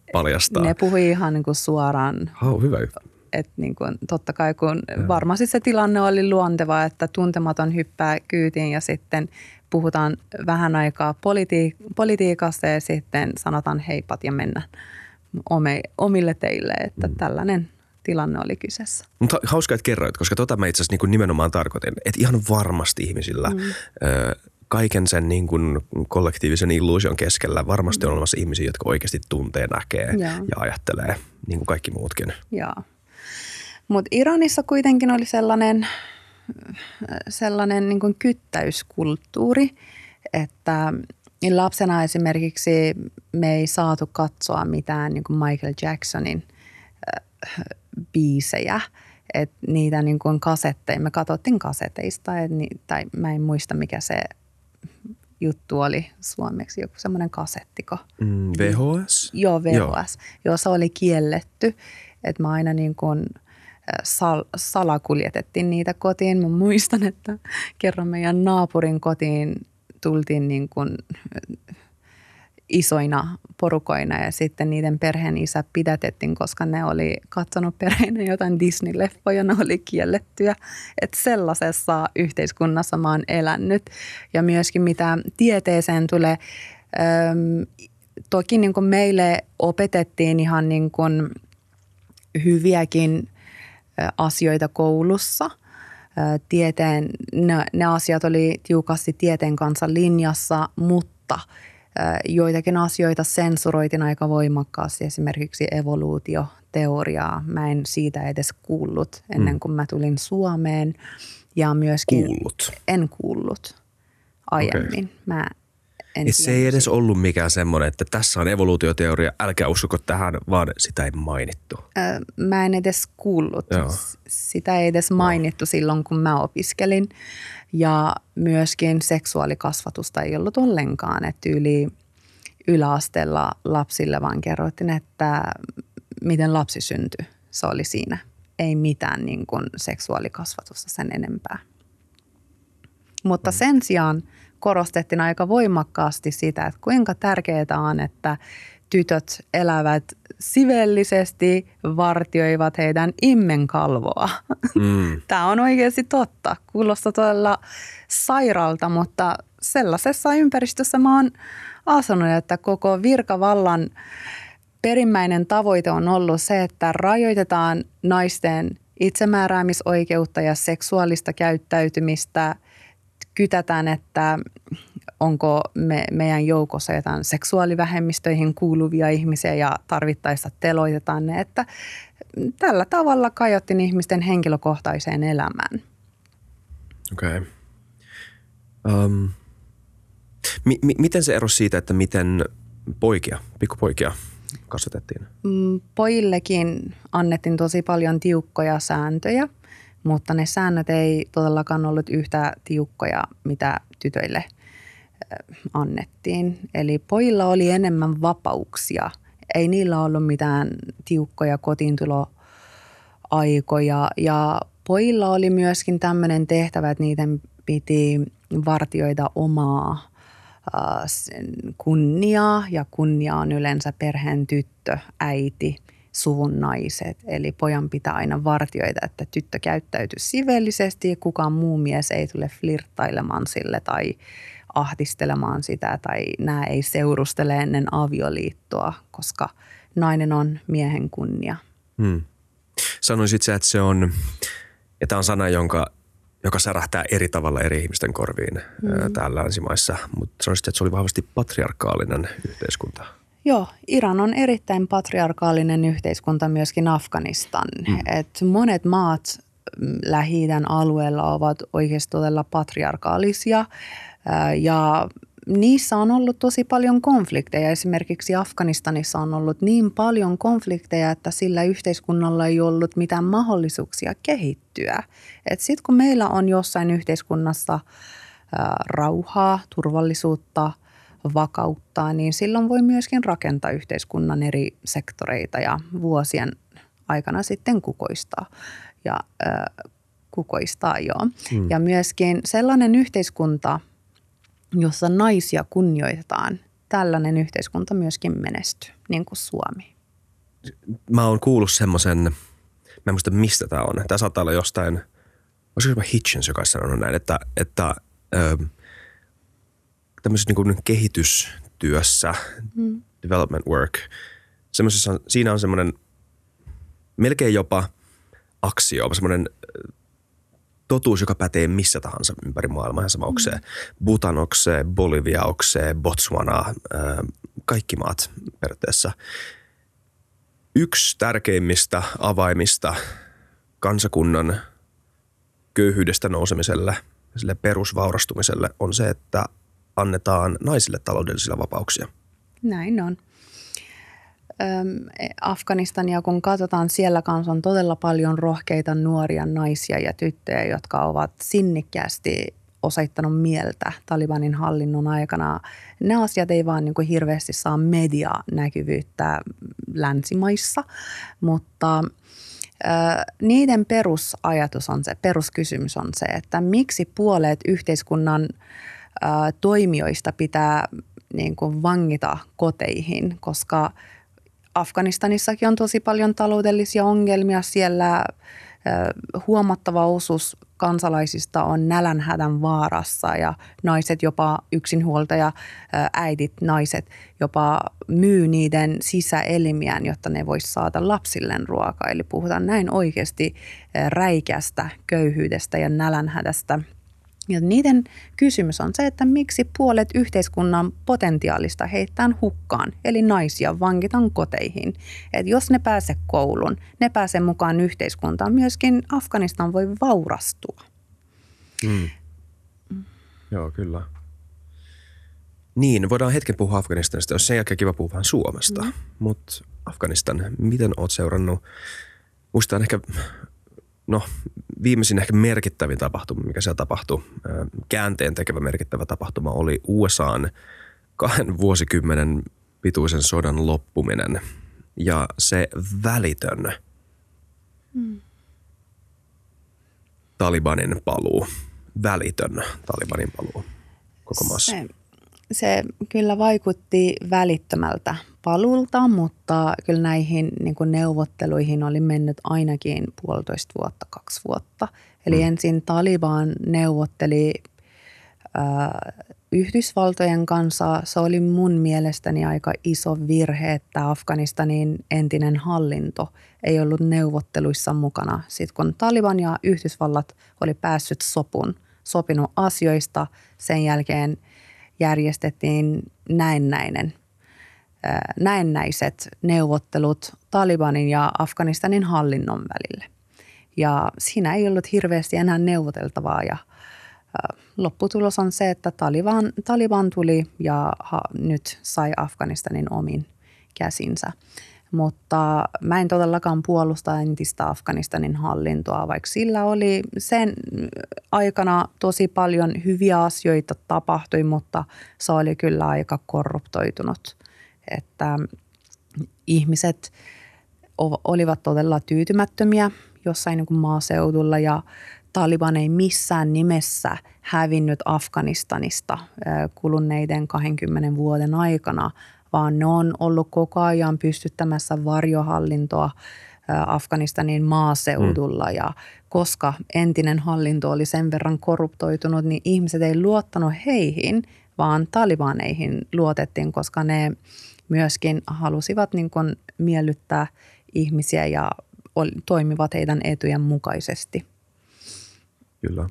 paljastaa. Ne puhui ihan niin kuin suoraan. Oh, hyvä. Että niin kuin, totta kai kun ja. varmasti se tilanne oli luonteva, että tuntematon hyppää kyytiin ja sitten puhutaan vähän aikaa politi- politiikasta ja sitten sanotaan heipat ja mennään omille teille, että mm. tällainen tilanne oli kyseessä. Mutta hauskaa, että kerroit, koska tota mä itse asiassa niin nimenomaan tarkoitin, että ihan varmasti ihmisillä mm. ö, kaiken sen niin kuin kollektiivisen illuusion keskellä varmasti on olemassa ihmisiä, jotka oikeasti tuntee, näkee ja, ja ajattelee niin kuin kaikki muutkin. Joo. Mutta Iranissa kuitenkin oli sellainen, sellainen niin kuin kyttäyskulttuuri, että lapsena esimerkiksi me ei saatu katsoa mitään niin kuin Michael Jacksonin äh, biisejä. Et niitä niin kuin kasetteja, me katsottiin kaseteista, et ni, tai mä en muista mikä se juttu oli suomeksi, joku semmoinen kasettiko. Mm, V H S? Joo, V H S, jossa oli kielletty, että mä aina niin kuin sal, salakuljetettiin niitä kotiin. Mä muistan, että kerran meidän naapurin kotiin tultiin niin kuin isoina porukoina ja sitten niiden perheen isä pidätettiin, koska ne oli katsonut perheenä jotain Disney-leffoja, ne oli kiellettyjä. Että sellaisessa yhteiskunnassa mä oon elänyt ja myöskin mitä tieteeseen tulee, äm, toki niin kuin meille opetettiin ihan niin kuin hyviäkin asioita koulussa. Tieteen, ne, ne asiat oli tiukasti tieteen kanssa linjassa, mutta joitakin asioita sensuroitin aika voimakkaasti, esimerkiksi evoluutioteoriaa. Mä en siitä edes kuullut ennen kuin mä tulin Suomeen. Ja myöskin kuullut? En kuullut aiemmin. Okay. Mä en se ei edes ollut mikään semmoinen, että tässä on evoluutioteoria, älkää uskoko tähän, vaan sitä ei mainittu. Mä en edes kuullut. Joo. Sitä ei edes mainittu no. silloin, kun mä opiskelin. Ja myöskin seksuaalikasvatusta ei ollut ollenkaan. Että yli yläasteella lapsille vaan kerrottiin, että miten lapsi syntyi. Se oli siinä. Ei mitään niin kuin seksuaalikasvatusta sen enempää. Mutta sen sijaan korostettiin aika voimakkaasti sitä, että kuinka tärkeää on, että tytöt elävät sivellisesti, vartioivat heidän immenkalvoa. Mm. Tämä on oikeasti totta. Kuulostaa todella sairaalta, mutta sellaisessa ympäristössä mä oon asunut, että koko virkavallan perimmäinen tavoite on ollut se, että rajoitetaan naisten itsemääräämisoikeutta ja seksuaalista käyttäytymistä. Kytätään, että onko me, meidän joukossa jotain seksuaalivähemmistöihin kuuluvia ihmisiä ja tarvittaessa teloitetaan ne, että tällä tavalla kajottiin ihmisten henkilökohtaiseen elämään. Okei. Okay. Um, mi- mi- miten se erosi siitä, että miten poikia, pikkupoikia kasvatettiin? Pojillekin annettiin tosi paljon tiukkoja sääntöjä. Mutta ne säännöt ei todellakaan ollut yhtä tiukkoja, mitä tytöille annettiin. Eli pojilla oli enemmän vapauksia. Ei niillä ollut mitään tiukkoja kotiintuloaikoja. Ja pojilla oli myöskin tämmöinen tehtävä, että niiden piti vartioida omaa kunniaa. Ja kunnia on yleensä perheen tyttö, äiti, suvun naiset. Eli pojan pitää aina vartioida, että tyttö käyttäytyy sivellisesti ja kukaan muu mies ei tule flirttailemaan sille tai ahdistelemaan sitä tai nämä ei seurustele ennen avioliittoa, koska nainen on miehen kunnia. Hmm. Sanoisit sä, että se on, ja tämä on sana, jonka, joka särähtää eri tavalla eri ihmisten korviin hmm. täällä länsimaissa, mutta sanoisit, että se oli vahvasti patriarkaalinen yhteiskunta. Joo, Iran on erittäin patriarkaalinen yhteiskunta, myöskin Afganistan. Mm. Et monet maat Lähi-idän alueella ovat oikeasti todella patriarkaalisia ja niissä on ollut tosi paljon konflikteja. Esimerkiksi Afganistanissa on ollut niin paljon konflikteja, että sillä yhteiskunnalla ei ollut mitään mahdollisuuksia kehittyä. Sitten kun meillä on jossain yhteiskunnassa rauhaa, turvallisuutta, vakauttaa, niin silloin voi myöskin rakentaa yhteiskunnan eri sektoreita ja vuosien aikana sitten kukoistaa. Ja äh, kukoistaa, joo. Mm. Ja myöskin sellainen yhteiskunta, jossa naisia kunnioitetaan, tällainen yhteiskunta myöskin menestyy, niin kuin Suomi. mä oon kuullut semmoisen, mä en muista mistä tää on. Tää saattaa olla jostain, olisiko se Hitchens, joka on sanonut näin, että, että ö, tämmöisessä niin kuin kehitystyössä, mm. development work, semmoisessa, siinä on semmoinen melkein jopa aksio, semmoinen totuus, joka pätee missä tahansa ympäri maailmaa. Ihan sama, onko se Bhutan, onko se Bolivia, onko se Botswana, kaikki maat periaatteessa. Yksi tärkeimmistä avaimista kansakunnan köyhyydestä nousemiselle, sille perusvaurastumiselle on se, että annetaan naisille taloudellisia vapauksia. Näin on. Öm, Afganistania, kun katsotaan, siellä kanssa on todella paljon rohkeita nuoria naisia ja tyttöjä, jotka ovat sinnikkäästi osoittanut mieltä Talibanin hallinnon aikana. Ne asiat ei vaan niin kuin hirveästi saa medianäkyvyyttä länsimaissa, mutta ö, niiden perusajatus on se, peruskysymys on se, että miksi puolet yhteiskunnan ö, toimijoista pitää niin kuin vangita koteihin, koska Afganistanissakin on tosi paljon taloudellisia ongelmia. Siellä huomattava osuus kansalaisista on nälänhädän vaarassa ja naiset, jopa yksinhuoltaja, äidit, naiset jopa myy niiden sisäelimiään, jotta ne vois saada lapsilleen ruokaa. Eli puhutaan näin oikeasti räikeästä köyhyydestä ja nälänhädästä. Ja niiden kysymys on se, että miksi puolet yhteiskunnan potentiaalista heittää hukkaan, eli naisia vankitaan koteihin. Et jos ne pääse kouluun, ne pääse mukaan yhteiskuntaan, myöskin Afganistan voi vaurastua. Mm. Mm. Joo, kyllä. Niin, voidaan hetken puhua Afganistanista, jos sen jälkeen kiva puhua vähän Suomesta. Mm. Mutta Afganistan, miten oot seurannut? Muistan ehkä... No, viimeisin ehkä merkittävin tapahtuma, mikä siellä tapahtui, käänteen tekevä merkittävä tapahtuma oli U S A:n kahden vuosikymmenen pituisen sodan loppuminen ja se välitön hmm. Talibanin paluu, välitön Talibanin paluu koko maassa. Se, se kyllä vaikutti välittömältä paluulta, mutta kyllä näihin niin kuin neuvotteluihin oli mennyt ainakin puolitoista vuotta, kaksi vuotta. Eli mm. ensin Taliban neuvotteli äh, Yhdysvaltojen kanssa. Se oli mun mielestäni aika iso virhe, että Afganistanin entinen hallinto ei ollut neuvotteluissa mukana. Sitten kun Taliban ja Yhdysvallat oli päässyt sopun, sopinut asioista, sen jälkeen järjestettiin näennäinen näennäiset neuvottelut Talibanin ja Afganistanin hallinnon välille. Ja siinä ei ollut hirveästi enää neuvoteltavaa ja lopputulos on se, että Taliban, Taliban tuli ja ha, nyt sai Afganistanin omin käsinsä. Mutta mä en todellakaan puolusta entistä Afganistanin hallintoa, vaikka sillä oli sen aikana tosi paljon hyviä asioita tapahtui, mutta se oli kyllä aika korruptoitunut. Että ihmiset olivat todella tyytymättömiä jossain niin kuin maaseudulla ja Taliban ei missään nimessä hävinnyt Afganistanista kuluneiden kahdenkymmenen vuoden aikana, vaan ne on ollut koko ajan pystyttämässä varjohallintoa Afganistanin maaseudulla. Ja koska entinen hallinto oli sen verran korruptoitunut, niin ihmiset ei luottanut heihin, vaan talibaneihin luotettiin, koska ne myöskin halusivat niin kuin miellyttää ihmisiä ja toimivat heidän etujen mukaisesti. Kyllä.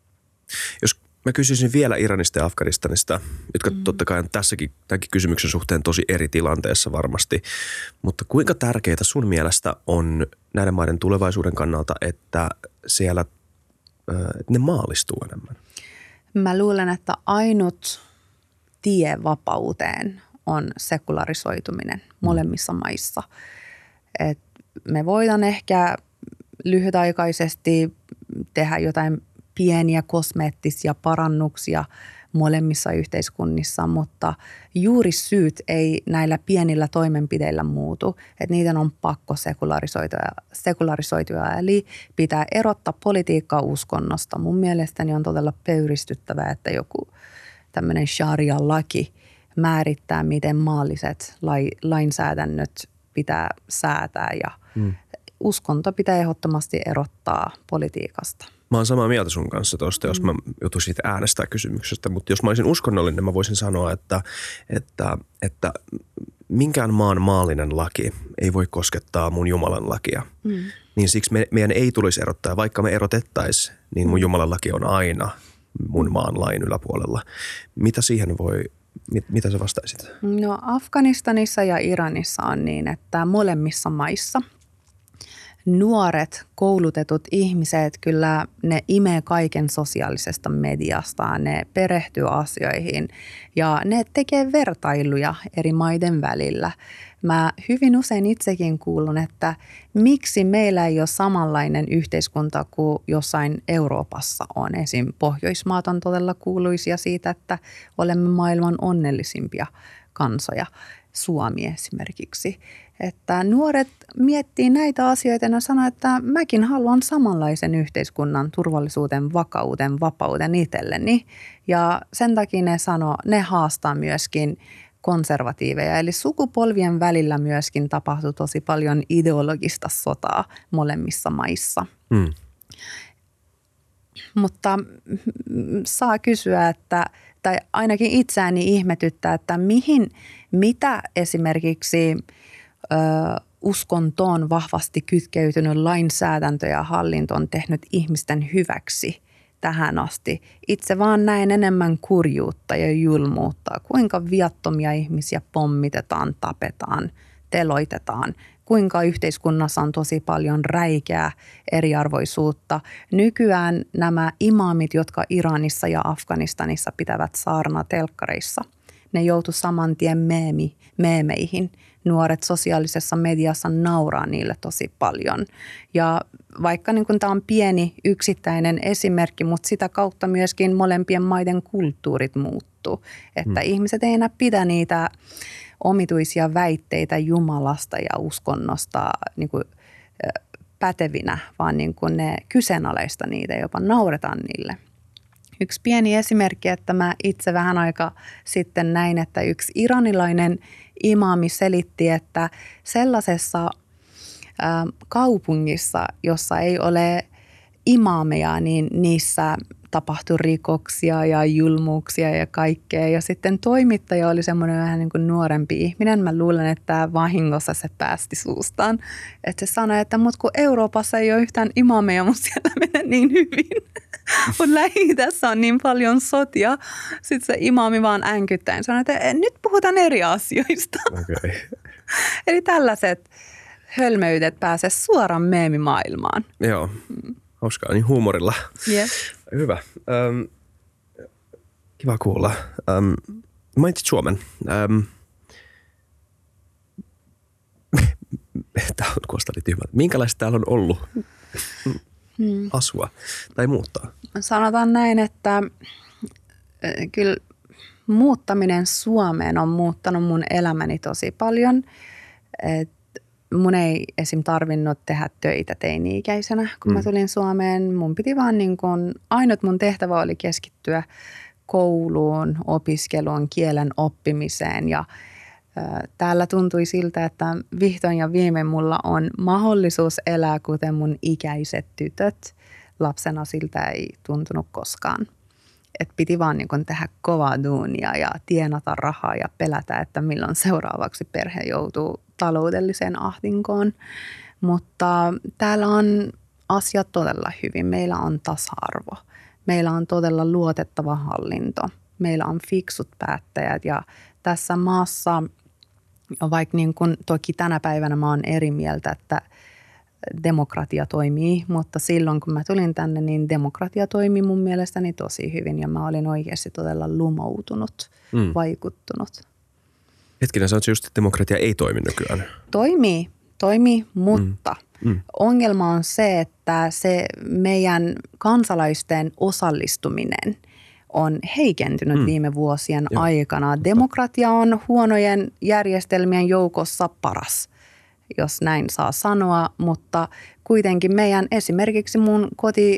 Jos mä kysyisin vielä Iranista ja Afganistanista, jotka mm. totta kai on tässäkin tämänkin kysymyksen suhteen tosi eri tilanteessa varmasti, mutta kuinka tärkeää sun mielestä on näiden maiden tulevaisuuden kannalta, että siellä että ne maalistuu enemmän? Mä luulen, että ainut tie vapauteen on sekularisoituminen molemmissa maissa. Et me voidaan ehkä lyhytaikaisesti tehdä jotain pieniä kosmeettisia parannuksia molemmissa yhteiskunnissa, mutta juuri syyt ei näillä pienillä toimenpideillä muutu, että niiden on pakko sekularisoitua, sekularisoitua eli pitää erottaa politiikkaa uskonnosta. Mun mielestäni on todella pöyristyttävää, että joku tämmöinen sharia-laki määrittää, miten maalliset lai, lainsäädännöt pitää säätää ja mm. uskonto pitää ehdottomasti erottaa politiikasta. Mä oon samaa mieltä sun kanssa tuosta, jos mä joutuisin siitä äänestää kysymyksestä, mutta jos mä olisin uskonnollinen, mä voisin sanoa, että, että, että minkään maan maallinen laki ei voi koskettaa mun Jumalan lakia. Mm. Niin siksi me, meidän ei tulisi erottaa. Vaikka me erotettaisiin, niin mun Jumalan laki on aina mun maan lain yläpuolella. Mitä siihen voi, mit, mitä sä vastaisit? No Afganistanissa ja Iranissa on niin, että molemmissa maissa nuoret, koulutetut ihmiset, kyllä ne imee kaiken sosiaalisesta mediasta, ne perehtyy asioihin ja ne tekee vertailuja eri maiden välillä. Mä hyvin usein itsekin kuulun, että miksi meillä ei ole samanlainen yhteiskunta kuin jossain Euroopassa on. Esim. Pohjoismaat on todella kuuluisia siitä, että olemme maailman onnellisimpia kansoja. Suomi esimerkiksi. Että nuoret miettii näitä asioita ja sanoo, että mäkin haluan samanlaisen yhteiskunnan, turvallisuuden, vakauden, vapauden itselleni. Ja sen takia ne sanoo, ne haastaa myöskin konservatiiveja. Eli sukupolvien välillä myöskin tapahtuu tosi paljon ideologista sotaa molemmissa maissa. Mm. Mutta saa kysyä, että tai ainakin itseäni ihmetyttää, että mihin, mitä esimerkiksi ö, uskontoon vahvasti kytkeytynyt lainsäädäntö ja hallinto on tehnyt ihmisten hyväksi tähän asti. Itse vaan näen enemmän kurjuutta ja julmuutta, kuinka viattomia ihmisiä pommitetaan, tapetaan, teloitetaan. Kuinka yhteiskunnassa on tosi paljon räikeää eriarvoisuutta. Nykyään nämä imaamit, jotka Iranissa ja Afganistanissa pitävät saarna telkkareissa, ne joutu saman tien meemi, meemeihin. Nuoret sosiaalisessa mediassa nauraa niille tosi paljon. Ja vaikka niin kun tämä on pieni yksittäinen esimerkki, mutta sitä kautta myöskin molempien maiden kulttuurit muuttuu. Että hmm. ihmiset ei enää pidä niitä omituisia väitteitä Jumalasta ja uskonnosta niin kuin pätevinä, vaan niin kuin ne kyseenalaista niitä ja jopa nauretaan niille. Yksi pieni esimerkki, että mä itse vähän aika sitten näin, että yksi iranilainen imaami selitti, että sellaisessa ä, kaupungissa, jossa ei ole imaameja, niin niissä tapahtui rikoksia ja julmuuksia ja kaikkea. Ja sitten toimittaja oli semmoinen vähän niin kuin nuorempi ihminen. Mä luulen, että vahingossa se päästi suustaan. Että se sanoi, että mut kun Euroopassa ei ole yhtään imaameja, mutta siellä menee niin hyvin. Mutta Lähi-idässä on niin paljon sotia. Sitten se imaami vaan änkyttäen sanoi, että nyt puhutaan eri asioista. Okay. Eli tällaiset hölmöydet pääsee suoraan meemimaailmaan. Joo. Mm. Hauskaa, niin huumorilla. Yes. Hyvä. Ähm, kiva kuulla. Ähm, mainitsit Suomen. Ähm, Tämä on kuulostaa tyhmältä. Minkälaista täällä on ollut hmm. asua tai muuttaa? Sanotaan näin, että kyllä muuttaminen Suomeen on muuttanut mun elämäni tosi paljon. Et mun ei esim. Tarvinnut tehdä töitä teini-ikäisenä, kun mm. mä tulin Suomeen. Mun piti vaan niin kun, ainut mun tehtävä oli keskittyä kouluun, opiskeluun, kielen oppimiseen. Ja ä, täällä tuntui siltä, että vihdoin ja viimein mulla on mahdollisuus elää kuten mun ikäiset tytöt. Lapsena siltä ei tuntunut koskaan. Et piti vaan niin kun tehdä kovaa duunia ja tienata rahaa ja pelätä, että milloin seuraavaksi perhe joutuu taloudelliseen ahdinkoon. Mutta täällä on asiat todella hyvin. Meillä on tasa-arvo. Meillä on todella luotettava hallinto. Meillä on fiksut päättäjät ja tässä maassa, vaikka niin kun, toki tänä päivänä mä oon eri mieltä, että demokratia toimii, mutta silloin kun mä tulin tänne, niin demokratia toimii mun mielestäni tosi hyvin ja mä olin oikeasti todella lumoutunut, mm. vaikuttunut. Hetkinen, sanoit just, että demokratia ei toimi nykyään. Toimii, toimii, mutta mm. Mm. ongelma on se, että se meidän kansalaisten osallistuminen on heikentynyt mm. viime vuosien Joo. aikana. Demokratia on huonojen järjestelmien joukossa paras, jos näin saa sanoa, mutta kuitenkin meidän esimerkiksi mun koti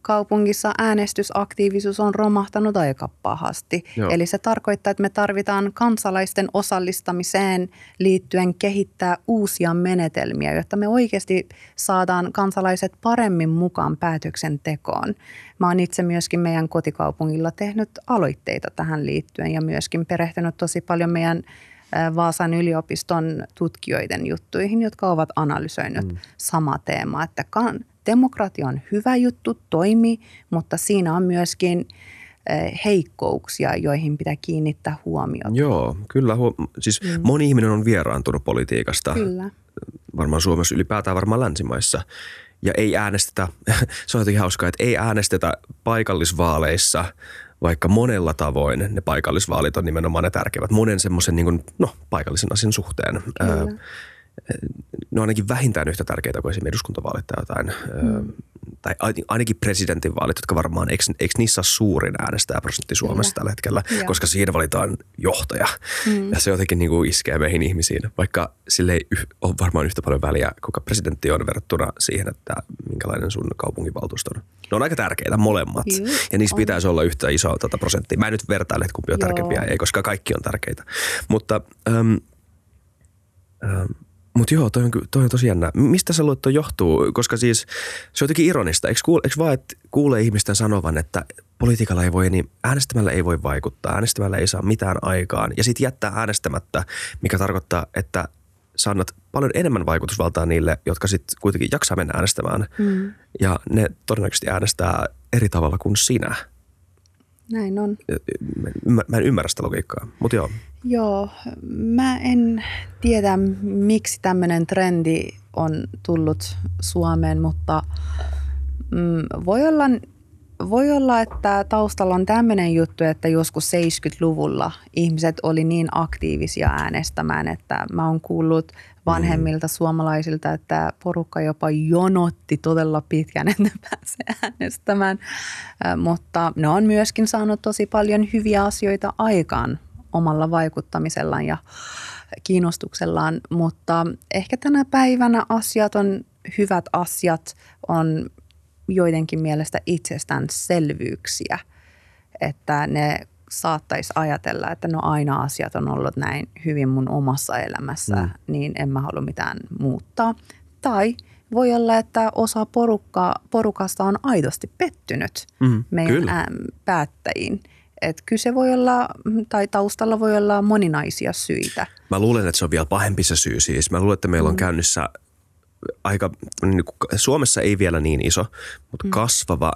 kaupungissa äänestysaktiivisuus on romahtanut aika pahasti. Joo. Eli se tarkoittaa, että me tarvitaan kansalaisten osallistamiseen liittyen kehittää uusia menetelmiä, jotta me oikeasti saadaan kansalaiset paremmin mukaan päätöksentekoon. Mä oon itse myöskin meidän kotikaupungilla tehnyt aloitteita tähän liittyen ja myöskin perehtynyt tosi paljon meidän Vaasan yliopiston tutkijoiden juttuihin, jotka ovat analysoineet mm. samaa teemaa, että demokratia on hyvä juttu, toimii, mutta siinä on myöskin heikkouksia, joihin pitää kiinnittää huomiota. Joo, kyllä. Siis mm. moni ihminen on vieraantunut politiikasta. Kyllä. Varmaan Suomessa ylipäätään, varmaan länsimaissa. Ja ei äänestetä, se on jotenkin hauskaa, että ei äänestetä paikallisvaaleissa, vaikka monella tavoin ne paikallisvaalit on nimenomaan ne tärkeimmät. Monen semmoisen niin kuin, no, paikallisen asian suhteen. Kyllä. Ne on ainakin vähintään yhtä tärkeitä kuin esimerkiksi eduskuntavaalit tai jotain. Mm. Tai ainakin presidentinvaalit, jotka varmaan, eikö, eikö niissä ole suurin äänestäjäprosentti Suomessa Kyllä. tällä hetkellä, ja. koska siinä valitaan johtaja. Mm. Ja se jotenkin niin kuin iskee meihin ihmisiin, vaikka sille ei ole varmaan yhtä paljon väliä, kuka presidentti on verrattuna siihen, että minkälainen sun kaupunginvaltuusto on. Ne on aika tärkeitä molemmat, Juu, ja niissä on. pitäisi olla yhtä isoa tuota prosenttia. Mä en nyt vertaile, että kumpi on Joo. tärkeimpiä, ei, koska kaikki on tärkeitä. Mutta... Ähm, ähm, Mutta joo, toi on, toi on tosi jännä. Mistä sä luulet, toi johtuu? Koska siis se on jotenkin ironista. Eikö, kuule, eikö vaan, että kuulee ihmisten sanovan, että politiikalla ei voi, niin äänestämällä ei voi vaikuttaa. Äänestämällä ei saa mitään aikaan. Ja sitten jättää äänestämättä, mikä tarkoittaa, että sä annat paljon enemmän vaikutusvaltaa niille, jotka sitten kuitenkin jaksaa mennä äänestämään. Mm. Ja ne todennäköisesti äänestää eri tavalla kuin sinä. Näin on. Mä, mä en ymmärrä sitä logiikkaa, mutta joo. Joo, mä en tiedä, miksi tämmöinen trendi on tullut Suomeen, mutta mm, voi olla, voi olla, että taustalla on tämmöinen juttu, että joskus seitsemänkymmentäluvulla ihmiset oli niin aktiivisia äänestämään, että mä oon kuullut vanhemmilta suomalaisilta, että porukka jopa jonotti todella pitkään, että ne pääsee äänestämään, mutta ne on myöskin saanut tosi paljon hyviä asioita aikaan omalla vaikuttamisellaan ja kiinnostuksellaan, mutta ehkä tänä päivänä asiat on, hyvät asiat on joidenkin mielestä itsestäänselvyyksiä, että ne saattaisi ajatella, että no aina asiat on ollut näin hyvin mun omassa elämässä, mm. niin en mä halua mitään muuttaa. Tai voi olla, että osa porukka, porukasta on aidosti pettynyt mm, meidän ää, päättäjiin. Että kyse voi olla, tai taustalla voi olla moninaisia syitä. Mä luulen, että se on vielä pahempi se syy siis. Mä luulen, että meillä on mm. käynnissä aika, Suomessa ei vielä niin iso, mutta mm. kasvava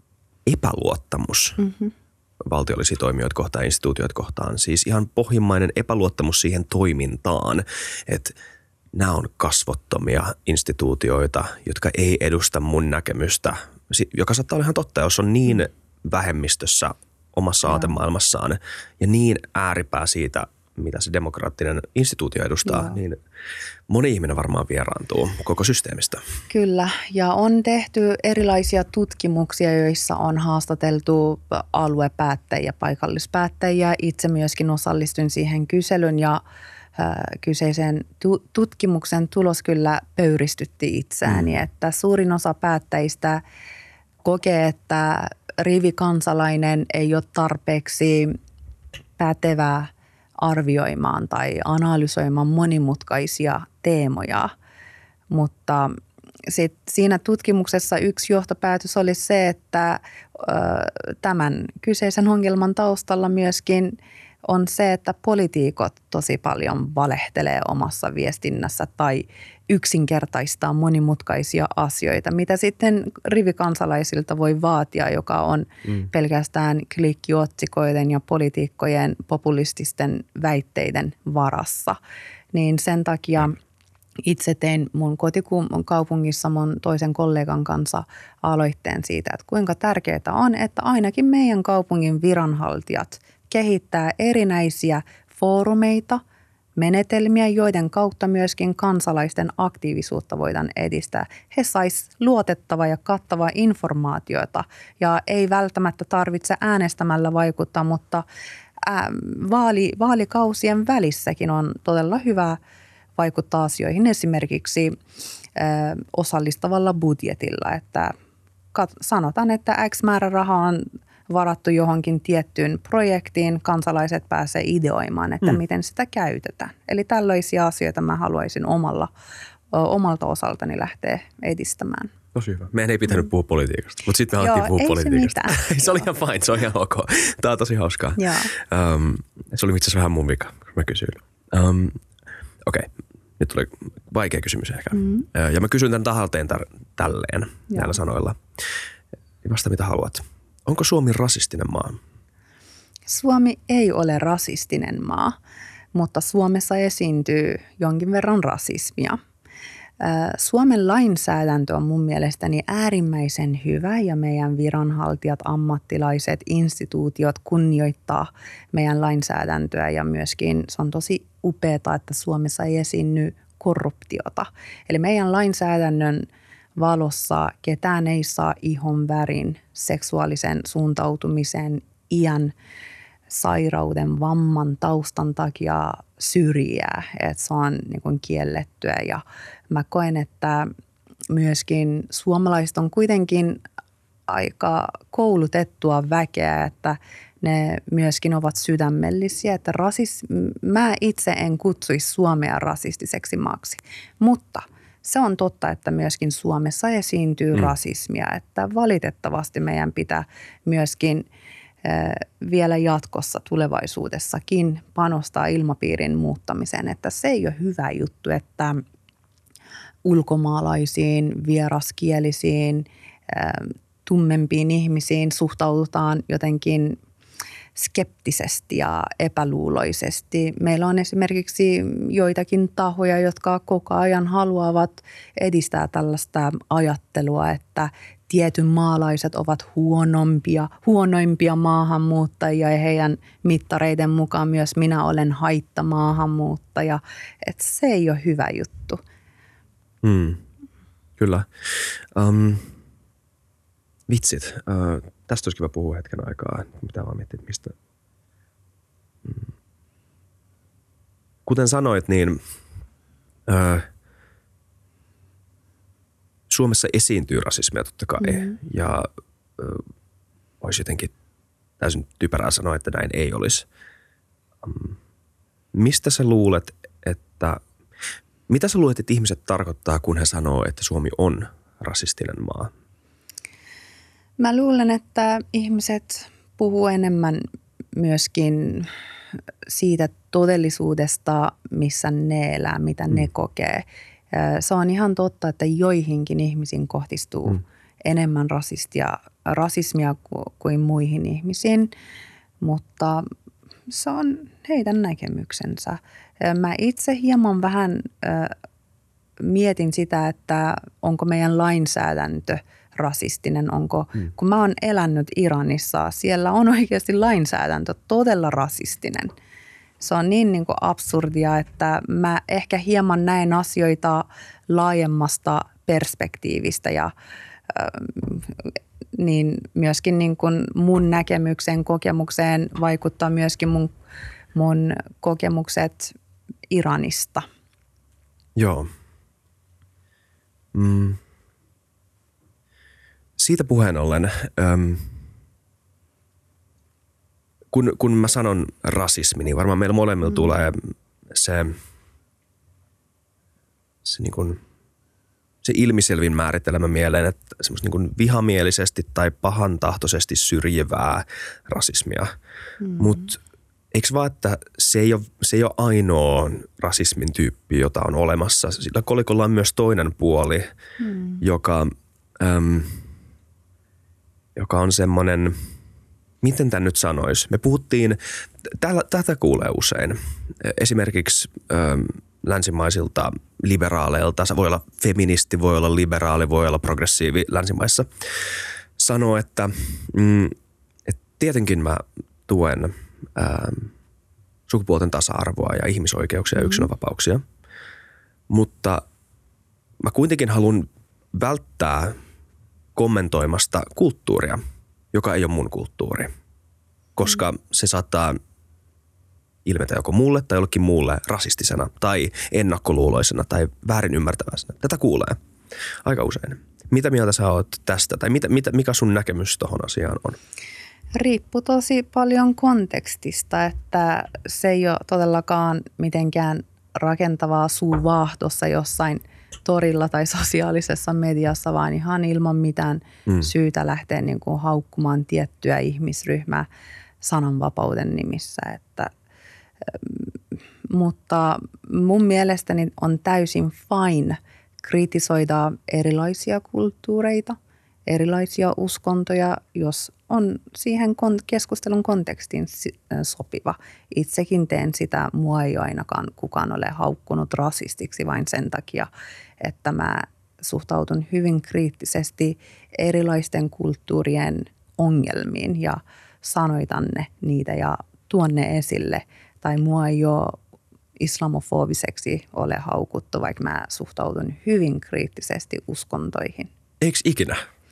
epäluottamus mm-hmm. valtiollisia toimijoita kohtaan, instituutioita kohtaan. Siis ihan pohjimmainen epäluottamus siihen toimintaan, että nämä on kasvottomia instituutioita, jotka ei edusta mun näkemystä, joka saattaa olla ihan totta, jos on niin vähemmistössä omassa aatemaailmassaan ja niin ääripää siitä, mitä se demokraattinen instituutio edustaa, Joo. niin moni ihminen varmaan vieraantuu koko systeemistä. Kyllä, ja on tehty erilaisia tutkimuksia, joissa on haastateltu aluepäättäjiä, paikallispäättäjiä. Itse myöskin osallistuin siihen kyselyn ja äh, kyseisen tu- tutkimuksen tulos kyllä pöyristytti itseäni, mm. että suurin osa päättäjistä kokee, että rivikansalainen ei ole tarpeeksi pätevää arvioimaan tai analysoimaan monimutkaisia teemoja, mutta sit siinä tutkimuksessa yksi johtopäätös oli se, että ö, tämän kyseisen ongelman taustalla myöskin on se, että poliitikot tosi paljon valehtelee omassa viestinnässä tai yksinkertaistaa monimutkaisia asioita, mitä sitten rivikansalaisilta voi vaatia, joka on mm. pelkästään klikkiotsikoiden ja poliitikkojen populististen väitteiden varassa. Niin sen takia itse tein mun kotikaupungissa mun toisen kollegan kanssa aloitteen siitä, että kuinka tärkeää on, että ainakin meidän kaupungin viranhaltijat kehittää erinäisiä foorumeita, menetelmiä, joiden kautta myöskin kansalaisten aktiivisuutta voidaan edistää. He sais luotettavaa ja kattavaa informaatiota ja ei välttämättä tarvitse äänestämällä vaikuttaa, mutta vaali, vaalikausien välissäkin on todella hyvä vaikuttaa asioihin esimerkiksi osallistavalla budjetilla, että kat- sanotaan, että X määrä rahaa on varattu johonkin tiettyyn projektiin, kansalaiset pääsee ideoimaan, että mm. miten sitä käytetään. Eli tällaisia asioita mä haluaisin omalla, omalta osaltani lähteä edistämään. Tosi hyvä. Meidän ei pitänyt puhua politiikasta, mutta sitten me alettiin puhua ei politiikasta. Se, mitään. se oli ihan fine, se on ihan ok. Tämä on tosi hauskaa. Um, se oli itse asiassa vähän mun vika, kun mä kysyin. Um, Okei, okay. Nyt tuli vaikea kysymys ehkä. Mm. Ja mä kysyn tämän tahalteen tar- tälleen Joo. näillä sanoilla. Vasta mitä haluat. Onko Suomi rasistinen maa? Suomi ei ole rasistinen maa, mutta Suomessa esiintyy jonkin verran rasismia. Suomen lainsäädäntö on mun mielestäni äärimmäisen hyvä ja meidän viranhaltijat, ammattilaiset, instituutiot kunnioittaa meidän lainsäädäntöä ja myöskin se on tosi upeaa, että Suomessa ei esiinny korruptiota. Eli meidän lainsäädännön valossa ketään ei saa ihon värin, seksuaalisen suuntautumisen, iän, sairauden, vamman, taustan takia syrjää, että se on niin kuin kiellettyä ja mä koen, että myöskin suomalaiset on kuitenkin aika koulutettua väkeä, että ne myöskin ovat sydämellisiä, että rasis, mä itse en kutsuisi Suomea rasistiseksi maaksi, mutta se on totta, että myöskin Suomessa esiintyy mm. rasismia, että valitettavasti meidän pitää myöskin vielä jatkossa tulevaisuudessakin panostaa ilmapiirin muuttamiseen, että se ei ole hyvä juttu, että ulkomaalaisiin, vieraskielisiin, tummempiin ihmisiin suhtaudutaan jotenkin skeptisesti ja epäluuloisesti. Meillä on esimerkiksi joitakin tahoja, jotka koko ajan haluavat edistää tällaista ajattelua, että tietyn maalaiset ovat huonompia, huonoimpia maahanmuuttajia ja heidän mittareiden mukaan myös minä olen haittamaahanmuuttaja. Että se ei ole hyvä juttu. Mm, kyllä. Um, vitsit. Uh, tästä olisi kiva puhua hetken aikaa. Mitä vaan miettiä, mistä. Mm. Kuten sanoit, niin uh, Suomessa esiintyy rasismia totta kai. Mm-hmm. Ja uh, olisi jotenkin täysin typerää sanoa, että näin ei olisi. Um, mistä sä luulet, että mitä sä luulet, että ihmiset tarkoittaa, kun he sanoo, että Suomi on rasistinen maa? Mä luulen, että ihmiset puhuu enemmän myöskin siitä todellisuudesta, missä ne elää, mitä mm. ne kokee. Se on ihan totta, että joihinkin ihmisiin kohdistuu mm. enemmän rasistia, rasismia kuin muihin ihmisiin, mutta se on heidän näkemyksensä. Mä itse hieman vähän mietin sitä, että onko meidän lainsäädäntö rasistinen, onko, hmm. kun mä oon elänyt Iranissa, siellä on oikeasti lainsäädäntö todella rasistinen. Se on niin, niin kuin absurdia, että mä ehkä hieman näen asioita laajemmasta perspektiivistä ja äh, niin myöskin niin kuin mun näkemykseen, kokemukseen vaikuttaa myöskin mun, mun kokemukset Iranista. Joo. Mm. Siitä puheen ollen, ähm, kun, kun mä sanon rasismi, niin varmaan meillä molemmilla mm. tulee se, se, niin kuin, se ilmiselvin määritelmä mieleen, että semmoista niin kuin vihamielisesti tai pahantahtoisesti syrjivää rasismia. Mm. Mutta eikö vaan, että se ei ole, se ei ole ainoa rasismin tyyppi, jota on olemassa. Sillä kolikolla on myös toinen puoli, mm. joka... Ähm, joka on semmoinen, miten tämän nyt sanoisi? Me puhuttiin, täällä, tätä kuulee usein, esimerkiksi ö, länsimaisilta liberaaleilta, se voi olla feministi, voi olla liberaali, voi olla progressiivi länsimaissa, sanoo, että, mm, että tietenkin mä tuen ö, sukupuolten tasa-arvoa ja ihmisoikeuksia ja yksilönvapauksia, mutta mä kuitenkin haluan välttää kommentoimasta kulttuuria, joka ei ole mun kulttuuri, koska mm. se saattaa ilmetä joko mulle tai jollekin muulle rasistisena tai ennakkoluuloisena tai väärin ymmärtäväisenä. Tätä kuulee aika usein. Mitä mieltä sä oot tästä tai mitä, mitä, mikä sun näkemys tuohon asiaan on? Riippuu tosi paljon kontekstista, että se ei ole todellakaan mitenkään rakentavaa suuvaahtossa jossain torilla tai sosiaalisessa mediassa, vaan ihan ilman mitään mm. syytä lähteä niin kuin haukkumaan tiettyä ihmisryhmää sananvapauden nimissä. Että, mutta mun mielestäni on täysin fine kritisoida erilaisia kulttuureita, erilaisia uskontoja, jos on siihen keskustelun kontekstiin sopiva. Itsekin teen sitä, mua ei ainakaan kukaan ole haukkunut rasistiksi vain sen takia, että mä suhtautun hyvin kriittisesti erilaisten kulttuurien ongelmiin ja sanoitan ne niitä ja tuon ne esille. Tai mua ei ole islamofobiseksi ole haukuttu, vaikka mä suhtaudun hyvin kriittisesti uskontoihin. Eikö ikinä?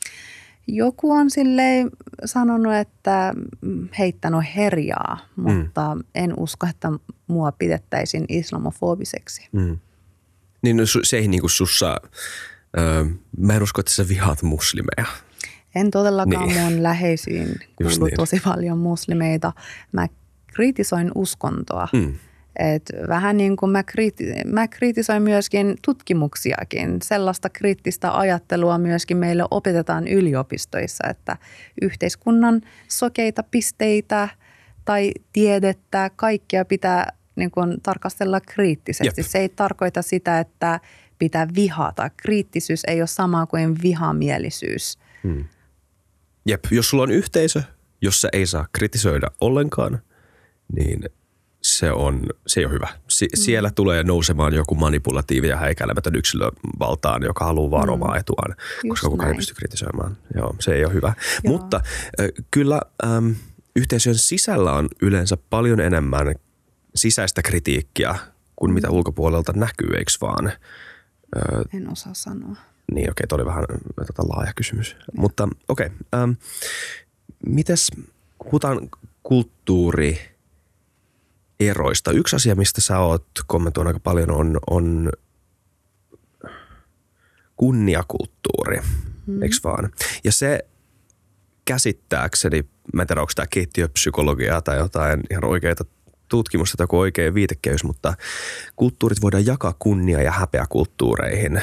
Joku on silleen sanonut, että heittänyt herjaa, mutta mm. en usko, että mua pidettäisiin islamofobiseksi. Mm. Niin no, se ei niinku sussa, öö, mä en usko, että sä vihaat muslimeja. En todellakaan, niin. Mun läheisiin kuuluu niin. tosi paljon muslimeita. Mä kritisoin uskontoa. Mm. Et vähän niin kuin mä, kriiti- mä kritisoin myöskin tutkimuksiakin. Sellaista kriittistä ajattelua myöskin meille opetetaan yliopistoissa, että yhteiskunnan sokeita pisteitä tai tiedettä, kaikkea pitää niin kuin tarkastella kriittisesti. Jep. Se ei tarkoita sitä, että pitää vihata. Kriittisyys ei ole sama kuin vihamielisyys. Hmm. Jep, jos sulla on yhteisö, jossa ei saa kritisoida ollenkaan, niin se, on, se ei ole hyvä. Si- mm. Siellä tulee nousemaan joku manipulatiivi ja häikäilemätön yksilö valtaan, joka haluaa vaan mm. omaa etuaan, Just koska kukaan ei pysty kritisoimaan. Joo, se ei ole hyvä. Joo. Mutta äh, kyllä ähm, yhteisön sisällä on yleensä paljon enemmän sisäistä kritiikkiä kuin mm. mitä ulkopuolelta näkyy, eikö vaan? Äh, en osaa sanoa. Niin, okei, toi oli vähän tota, laaja kysymys. Ja. Mutta okei, ähm, mites puhutaan kulttuuri eroista. Yksi asia, mistä sä oot kommentoinut aika paljon, on, on kunniakulttuuri, mm. eikö vaan? Ja se käsittääkseni, mä en tiedä, onko tämä keittiöpsykologiaa tai jotain ihan oikeita tutkimusta tai joku oikea viitekehys, mutta kulttuurit voidaan jakaa kunnia- ja häpeäkulttuureihin.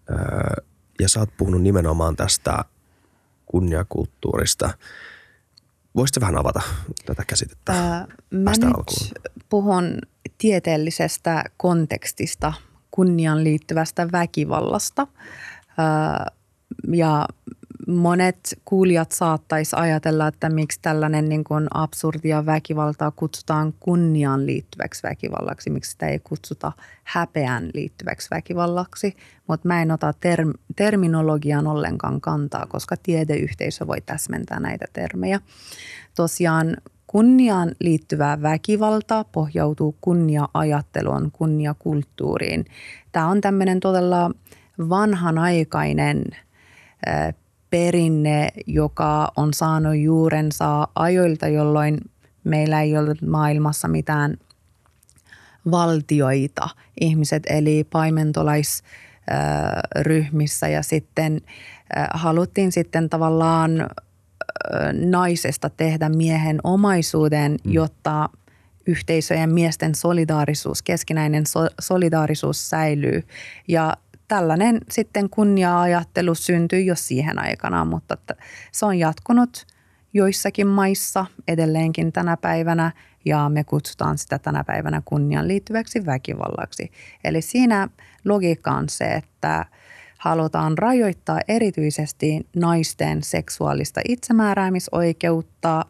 Ja sä oot puhunut nimenomaan tästä kunniakulttuurista. Voisitko vähän avata tätä käsitettä? Ää, mä nyt alkuun. Puhun tieteellisestä kontekstista, kunniaan liittyvästä väkivallasta. Ää, ja monet kuulijat saattaisi ajatella, että miksi tällainen niin kuin absurdia väkivaltaa kutsutaan kunniaan liittyväksi väkivallaksi, miksi sitä ei kutsuta häpeään liittyväksi väkivallaksi. Mutta mä en ota term- terminologiaan ollenkaan kantaa, koska tiedeyhteisö voi täsmentää näitä termejä. Tosiaan kunniaan liittyvää väkivalta pohjautuu kunnia-ajatteluun, kunniakulttuuriin. Tämä on tämmöinen todella vanhanaikainen äh, perinne, joka on saanut juurensa ajoilta, jolloin meillä ei ollut maailmassa mitään valtioita. Ihmiset eli paimentolaisryhmissä ja sitten haluttiin sitten tavallaan naisesta tehdä miehen omaisuuden, jotta yhteisöjen miesten solidaarisuus, keskinäinen solidaarisuus säilyy. Ja tällainen sitten kunnia-ajattelu syntyi jo siihen aikana, mutta se on jatkunut joissakin maissa edelleenkin tänä päivänä ja me kutsutaan sitä tänä päivänä kunniaan liittyväksi väkivallaksi. Eli siinä logiikka on se, että halutaan rajoittaa erityisesti naisten seksuaalista itsemääräämisoikeutta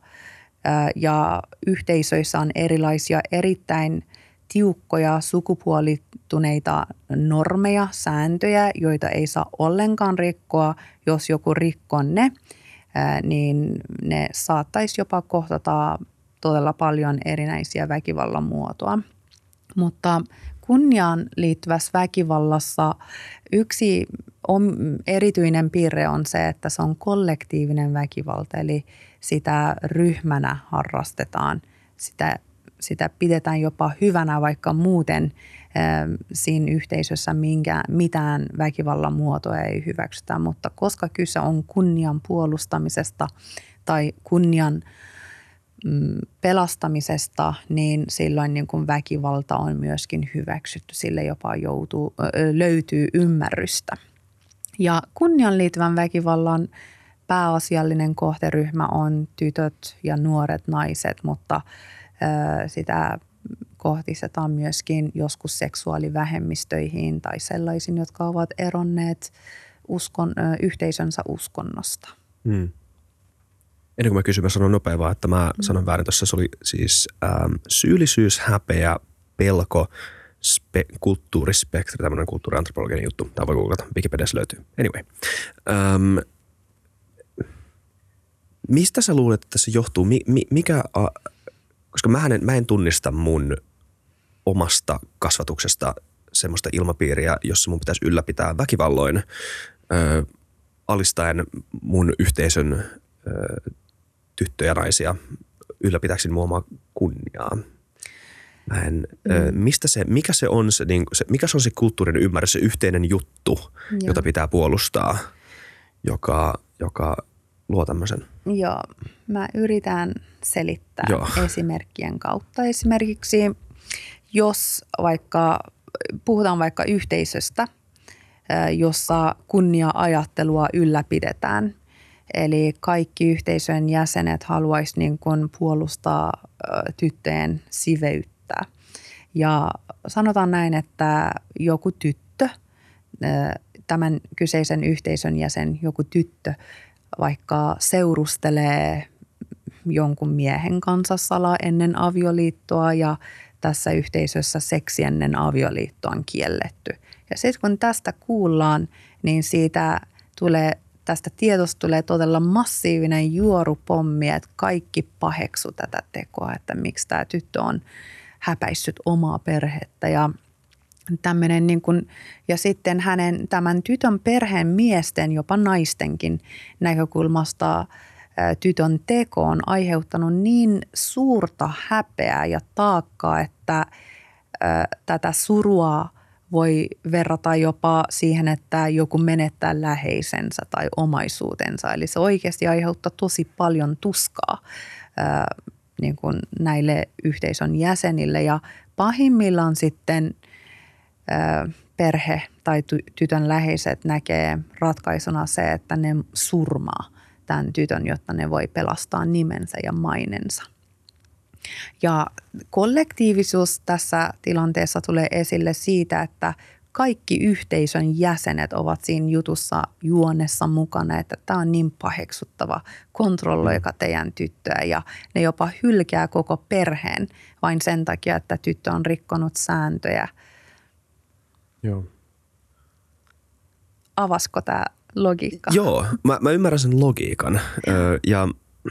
ja yhteisöissä on erilaisia erittäin tiukkoja sukupuolittuneita normeja, sääntöjä, joita ei saa ollenkaan rikkoa. Jos joku rikkoo ne, niin ne saattaisi jopa kohtata todella paljon erinäisiä väkivallan muotoa. Mutta kunniaan liittyvässä väkivallassa yksi erityinen piirre on se, että se on kollektiivinen väkivalta, eli sitä ryhmänä harrastetaan, sitä Sitä pidetään jopa hyvänä, vaikka muuten siinä yhteisössä minkä, mitään väkivallan muotoa ei hyväksytä, mutta koska kyse on kunnian puolustamisesta tai kunnian pelastamisesta, niin silloin niin kuin väkivalta on myöskin hyväksytty, sille jopa joutuu, löytyy ymmärrystä. Ja kunnian liittyvän väkivallan pääasiallinen kohderyhmä on tytöt ja nuoret naiset, mutta sitä kohdistetaan myöskin joskus seksuaalivähemmistöihin tai sellaisiin, jotka ovat eronneet uskon, yhteisönsä uskonnosta. Hmm. Ennen kuin mä kysyn, mä sanon nopea vaan, että mä hmm. sanon väärin tuossa. Se oli siis ähm, syyllisyys, häpeä, pelko, spe, kulttuurispektri, tämmöinen kulttuuriantropologinen juttu. Tämä voi googlata, Wikipediassa löytyy. Anyway. Ähm, mistä sä luulet, että se johtuu? Mi, mi, mikä, a, koska mä en, mä en tunnista mun omasta kasvatuksesta semmoista ilmapiiriä, jossa mun pitäisi ylläpitää väkivalloin ö, alistaen mun yhteisön ö, tyttöjä ja naisia ylläpitääkseni mun omaa kunniaa. Mä en, mm. ö, mistä se, mikä se on se, niin, se, mikä se on se kulttuurinen ymmärrys, se yhteinen juttu, Joo. jota pitää puolustaa, joka, joka luo tämmöisen? Joo, mä yritän selittää Joo. esimerkkien kautta. Esimerkiksi jos vaikka, puhutaan vaikka yhteisöstä, jossa kunnia-ajattelua ylläpidetään. Eli kaikki yhteisön jäsenet haluaisi niin kuin puolustaa tyttöjen siveyttä. Ja sanotaan näin, että joku tyttö, tämän kyseisen yhteisön jäsen, joku tyttö, vaikka seurustelee jonkun miehen kanssa salaa ennen avioliittoa ja tässä yhteisössä seksi ennen avioliittoa on kielletty. Ja sitten kun tästä kuullaan, niin siitä tulee, tästä tiedosta tulee todella massiivinen juorupommi, että kaikki paheksu tätä tekoa, että miksi tämä tyttö on häpäissyt omaa perhettä ja tämmöinen niin kuin, ja sitten hänen tämän tytön perheen miesten, jopa naistenkin näkökulmasta tytön teko on aiheuttanut niin suurta häpeää ja taakkaa, että tätä surua voi verrata jopa siihen, että joku menettää läheisensä tai omaisuutensa. Eli se oikeasti aiheuttaa tosi paljon tuskaa niin kuin näille yhteisön jäsenille ja pahimmillaan sitten perhe tai tytön läheiset näkee ratkaisuna se, että ne surmaa tämän tytön, jotta ne voi pelastaa nimensä ja mainensa. Ja kollektiivisuus tässä tilanteessa tulee esille siitä, että kaikki yhteisön jäsenet ovat siinä jutussa juonessa mukana, että tämä on niin paheksuttava kontrolloika teidän tyttöä ja ne jopa hylkää koko perheen vain sen takia, että tyttö on rikkonut sääntöjä. Joo. Avasko tämä logiikka? Joo, mä, mä ymmärrän sen logiikan. Öö, ja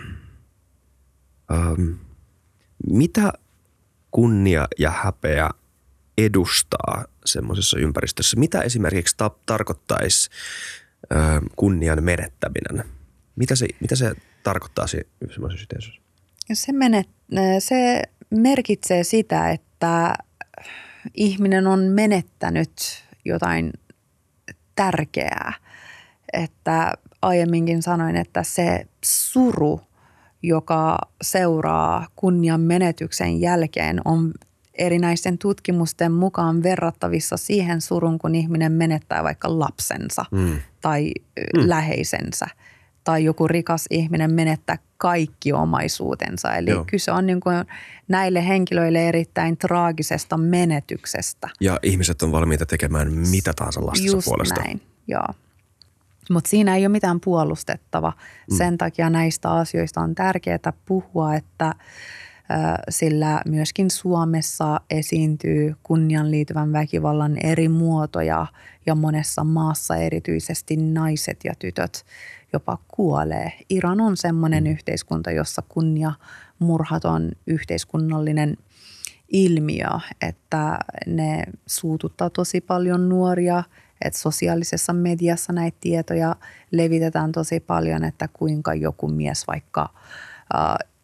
ähm, mitä kunnia ja häpeä edustaa semmoisessa ympäristössä? Mitä esimerkiksi ta- tarkoittaisi ö, kunnian menettäminen? Mitä se, mitä se tarkoittaa semmoisessa yhteisössä? Se, menet, se merkitsee sitä, että ihminen on menettänyt jotain tärkeää. Että aiemminkin sanoin, että se suru, joka seuraa kunnian menetyksen jälkeen, on erinäisten tutkimusten mukaan verrattavissa siihen surun, kun ihminen menettää vaikka lapsensa mm. tai mm. läheisensä. Tai joku rikas ihminen menettää kaikki omaisuutensa. Eli Joo. kyse on niin kuin näille henkilöille erittäin traagisesta menetyksestä. Ja ihmiset on valmiita tekemään mitä tahansa lastensa Just puolesta. Just näin, joo. Mutta siinä ei ole mitään puolustettava. Mm. Sen takia näistä asioista on tärkeää puhua, että sillä myöskin Suomessa esiintyy kunnian liittyvän väkivallan eri muotoja ja monessa maassa erityisesti naiset ja tytöt jopa kuolee. Iran on semmoinen mm. yhteiskunta, jossa kunniamurhat on yhteiskunnallinen ilmiö, että ne suututtaa tosi paljon nuoria, että sosiaalisessa mediassa näitä tietoja levitetään tosi paljon, että kuinka joku mies vaikka äh,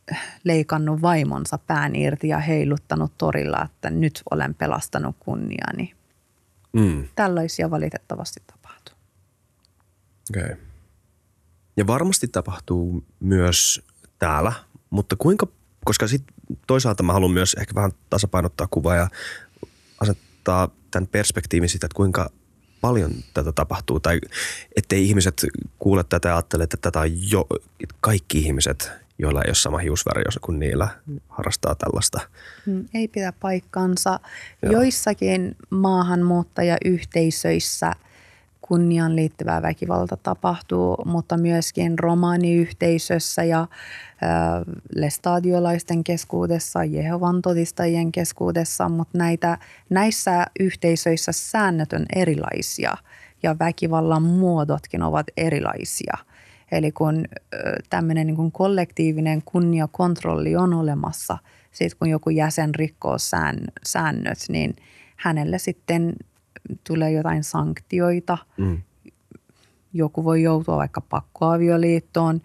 leikannut vaimonsa pään irti ja heiluttanut torilla, että nyt olen pelastanut kunniani. Mm. Tällaisia valitettavasti tapahtuu. Okei. Okay. Ja varmasti tapahtuu myös täällä, mutta kuinka, koska sit toisaalta mä haluan myös ehkä vähän tasapainottaa kuvaa ja asettaa tämän perspektiivin sitä, että kuinka paljon tätä tapahtuu. Tai ettei ihmiset kuule tätä ja ajattele, että tätä on jo kaikki ihmiset, joilla ei ole sama hiusväri kuin niillä, harrastaa tällaista. Ei pidä paikkansa. Joo. Joissakin maahanmuuttajayhteisöissä kunniaan liittyvää väkivalta tapahtuu, mutta myöskin romaaniyhteisössä ja äh, lestadiolaisten keskuudessa, Jehovan todistajien keskuudessa, mutta näitä, näissä yhteisöissä säännöt on erilaisia ja väkivallan muodotkin ovat erilaisia. Eli kun äh, tämmöinen niin kuin kollektiivinen kunniakontrolli on olemassa, sitten kun joku jäsen rikkoo sään, säännöt, niin hänelle sitten tulee jotain sanktioita. Mm. Joku voi joutua vaikka pakkoavioliittoon,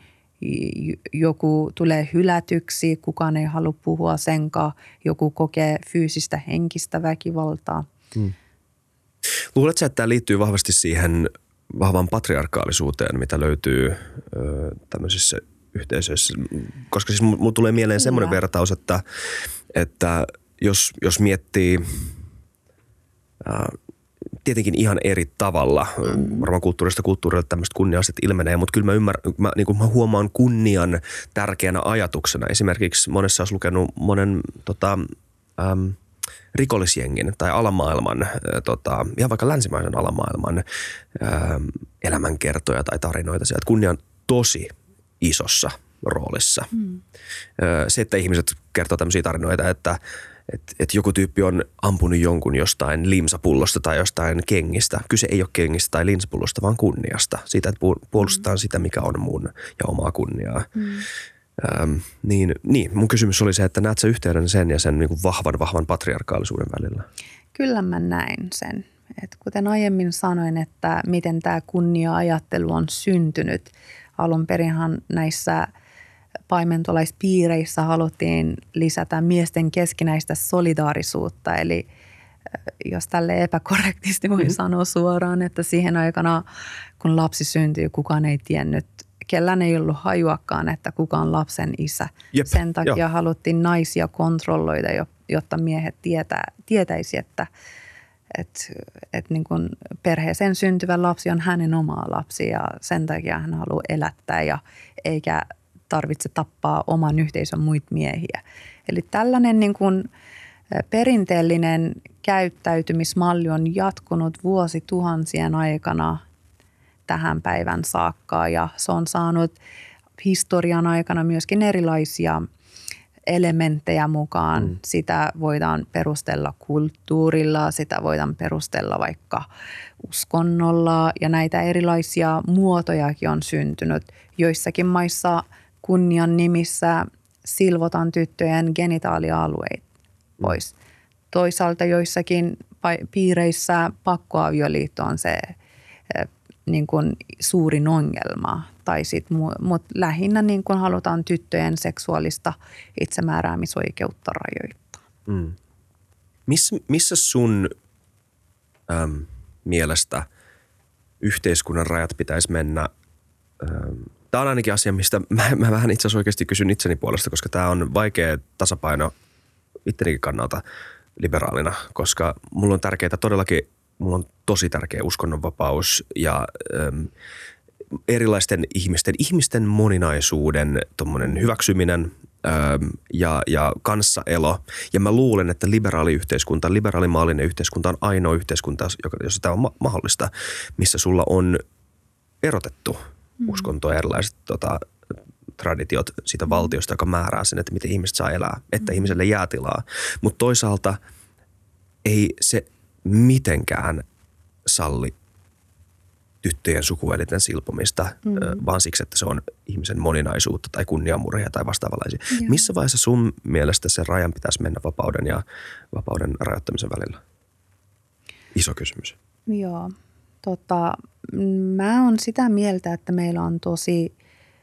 joku tulee hylätyksi, kukaan ei halua puhua senkaan, joku kokee fyysistä henkistä väkivaltaa. Mm. Luuletko, että tämä liittyy vahvasti siihen vahvaan patriarkaalisuuteen, mitä löytyy ö, tämmöisissä yhteisöissä? Koska siis mulle tulee mieleen semmoinen vertaus, että, että jos, jos miettii Äh, tietenkin ihan eri tavalla. Varmaan kulttuurista kulttuurille tämmöistä kunnia-asiat ilmenee, mutta kyllä mä, ymmärrän, mä, niin kuin mä huomaan kunnian tärkeänä ajatuksena. Esimerkiksi monessa olisi lukenut monen tota, äm, rikollisjengin tai alamaailman, ä, tota, ihan vaikka länsimaisen alamaailman ä, elämänkertoja tai tarinoita. Sieltä kunnia on tosi isossa roolissa. Mm. Se, että ihmiset kertoo tämmöisiä tarinoita, että Että et joku tyyppi on ampunut jonkun jostain limsapullosta tai jostain kengistä. Kyse ei ole kengistä tai limsapullosta, vaan kunniasta. Siitä, että puolustetaan mm. sitä, mikä on mun ja omaa kunniaa. Mm. Ähm, niin, niin, mun kysymys oli se, että näet sä yhteyden sen ja sen niin kuin vahvan, vahvan patriarkaalisuuden välillä? Kyllä mä näin sen. Et kuten aiemmin sanoin, että miten tämä kunnia-ajattelu on syntynyt. Alun perinhan näissä paimentolaispiireissä haluttiin lisätä miesten keskinäistä solidaarisuutta, eli jos tälle epäkorrektisti voi mm-hmm. sanoa suoraan, että siihen aikana, kun lapsi syntyy, kukaan ei tiennyt, kellään ei ollut hajuakaan, että kuka on lapsen isä. Jep, Sen takia jo. haluttiin naisia kontrolloida, jotta miehet tietää, tietäisi, että että et niin kun perheeseen syntyvä lapsi on hänen oma lapsi ja sen takia hän haluaa elättää ja eikä tarvitse tappaa oman yhteisön muita miehiä. Eli tällainen niin kuin perinteellinen käyttäytymismalli on jatkunut vuosituhansien aikana tähän päivän saakka ja se on saanut historian aikana myöskin erilaisia elementtejä mukaan. Mm. Sitä voidaan perustella kulttuurilla, sitä voidaan perustella vaikka uskonnolla ja näitä erilaisia muotojakin on syntynyt. Joissakin maissa kunnian nimissä silvotaan tyttöjen genitaalialueet pois. Toisaalta joissakin piireissä pakkoavioliitto on se niin kuin suurin ongelma. Tai sit, mutta lähinnä niin kuin halutaan tyttöjen seksuaalista itsemääräämisoikeutta rajoittaa. Mm. Miss, missä sun äm, mielestä yhteiskunnan rajat pitäisi mennä? Ähm, Tämä on ainakin asia, mistä mä, mä vähän itse asiassa oikeasti kysyn itseni puolesta, koska tämä on vaikea tasapaino ittenikin kannalta liberaalina, koska mulla on tärkeää todellakin, mulla on tosi tärkeä uskonnonvapaus ja äm, erilaisten ihmisten, ihmisten moninaisuuden tommonen hyväksyminen äm, ja, ja kanssaelo. Ja mä luulen, että liberaali yhteiskunta, liberaalimaallinen yhteiskunta on ainoa yhteiskunta, jossa tämä on ma- mahdollista, missä sulla on erotettu uskontoa ja erilaiset tota, traditiot siitä valtiosta, joka määrää sen, että miten ihmiset saa elää, että mm. ihmiselle jää tilaa. Mutta toisaalta ei se mitenkään salli tyttöjen sukuelinten silpomista, mm. vaan siksi, että se on ihmisen moninaisuutta tai kunniamurhia tai vastaavanlaisia. Joo. Missä vaiheessa sun mielestä se rajan pitäisi mennä vapauden ja vapauden rajoittamisen välillä? Iso kysymys. Joo. Tota, mä oon sitä mieltä, että meillä on tosi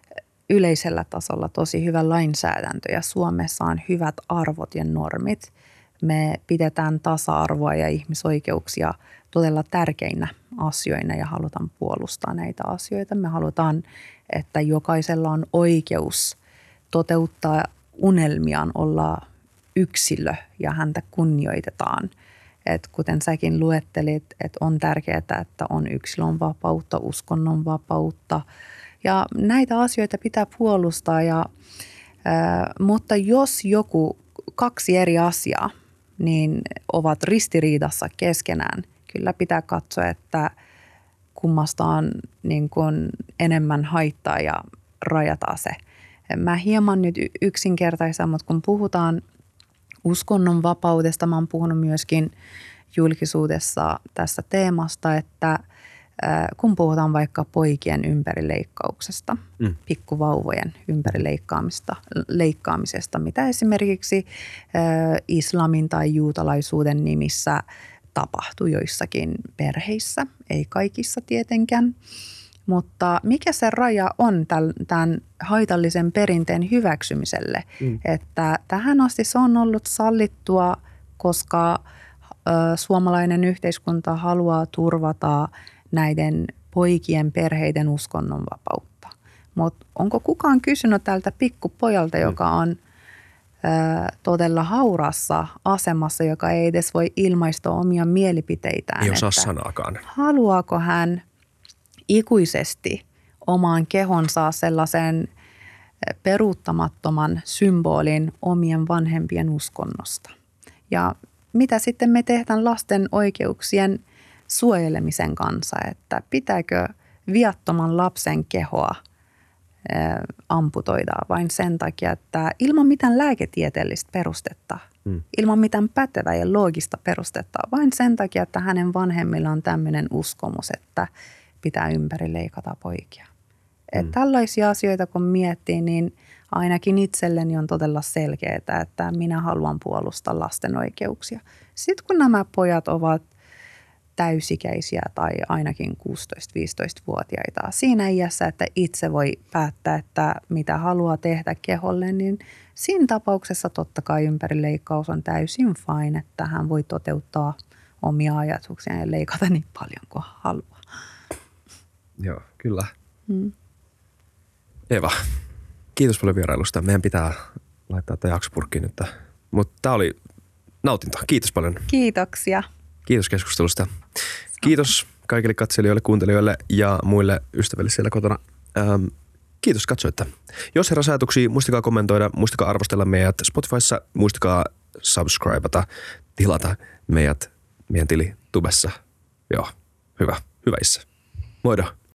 yleisellä tasolla tosi hyvä lainsäädäntö ja Suomessa on hyvät arvot ja normit. Me pidetään tasa-arvoa ja ihmisoikeuksia todella tärkeinä asioina ja halutaan puolustaa näitä asioita. Me halutaan, että jokaisella on oikeus toteuttaa unelmiaan, olla yksilö ja häntä kunnioitetaan. Et kuten säkin luettelit, että on tärkeää, että on yksilön vapautta, uskonnon vapautta ja näitä asioita pitää puolustaa. Ja, ää, mutta jos joku kaksi eri asiaa niin ovat ristiriidassa keskenään, kyllä pitää katsoa, että kummasta on niin kuin enemmän haittaa ja rajata se. Mä hieman nyt yksinkertaisen, mutta kun puhutaan uskonnon vapaudesta, mä oon puhunut myöskin julkisuudessa tästä teemasta, että kun puhutaan vaikka poikien ympärileikkauksesta, mm. pikkuvauvojen ympärileikkaamisesta, mitä esimerkiksi islamin tai juutalaisuuden nimissä tapahtui joissakin perheissä, ei kaikissa tietenkään. Mutta mikä se raja on tämän haitallisen perinteen hyväksymiselle? Mm. Että tähän asti se on ollut sallittua, koska ö, suomalainen yhteiskunta haluaa turvata näiden poikien perheiden uskonnonvapautta. Mutta onko kukaan kysynyt tältä pikkupojalta, mm. joka on ö, todella haurassa asemassa, joka ei edes voi ilmaista omia mielipiteitään? Ei osaa sanaakaan. Haluaako hän ikuisesti omaan kehonsa sellaisen peruuttamattoman symbolin omien vanhempien uskonnosta. Ja mitä sitten me tehdään lasten oikeuksien suojelemisen kanssa, että pitääkö viattoman lapsen kehoa amputoida vain sen takia, että ilman mitään lääketieteellistä perustetta, mm. ilman mitään pätevää ja loogista perustetta, vain sen takia, että hänen vanhemmilla on tämmöinen uskomus, että pitää ympäri leikata poikia. Mm. Et tällaisia asioita kun miettii, niin ainakin itselleni on todella selkeää, että minä haluan puolustaa lasten oikeuksia. Sitten kun nämä pojat ovat täysikäisiä tai ainakin kuusitoista-viisitoista-vuotiaita siinä iässä, että itse voi päättää, että mitä haluaa tehdä keholle, niin siinä tapauksessa totta kai ympärileikkaus on täysin fine, että hän voi toteuttaa omia ajatuksia ja leikata niin paljon kuin haluaa. Joo, kyllä. Hmm. Eva, kiitos paljon vierailusta. Meidän pitää laittaa tämä jaksopurkkiin nyt. Mutta tämä oli nautinto. Kiitos paljon. Kiitoksia. Kiitos keskustelusta. Kiitos kaikille katselijoille, kuuntelijoille ja muille ystäville siellä kotona. Ähm, kiitos katsoitte. Jos herää ajatuksia, muistakaa kommentoida, muistakaa arvostella meidät Spotifyssa, muistakaa subscribeata, tilata meidät meidän tili tubessa. Joo, hyvä. Hyvä Issa. Moido.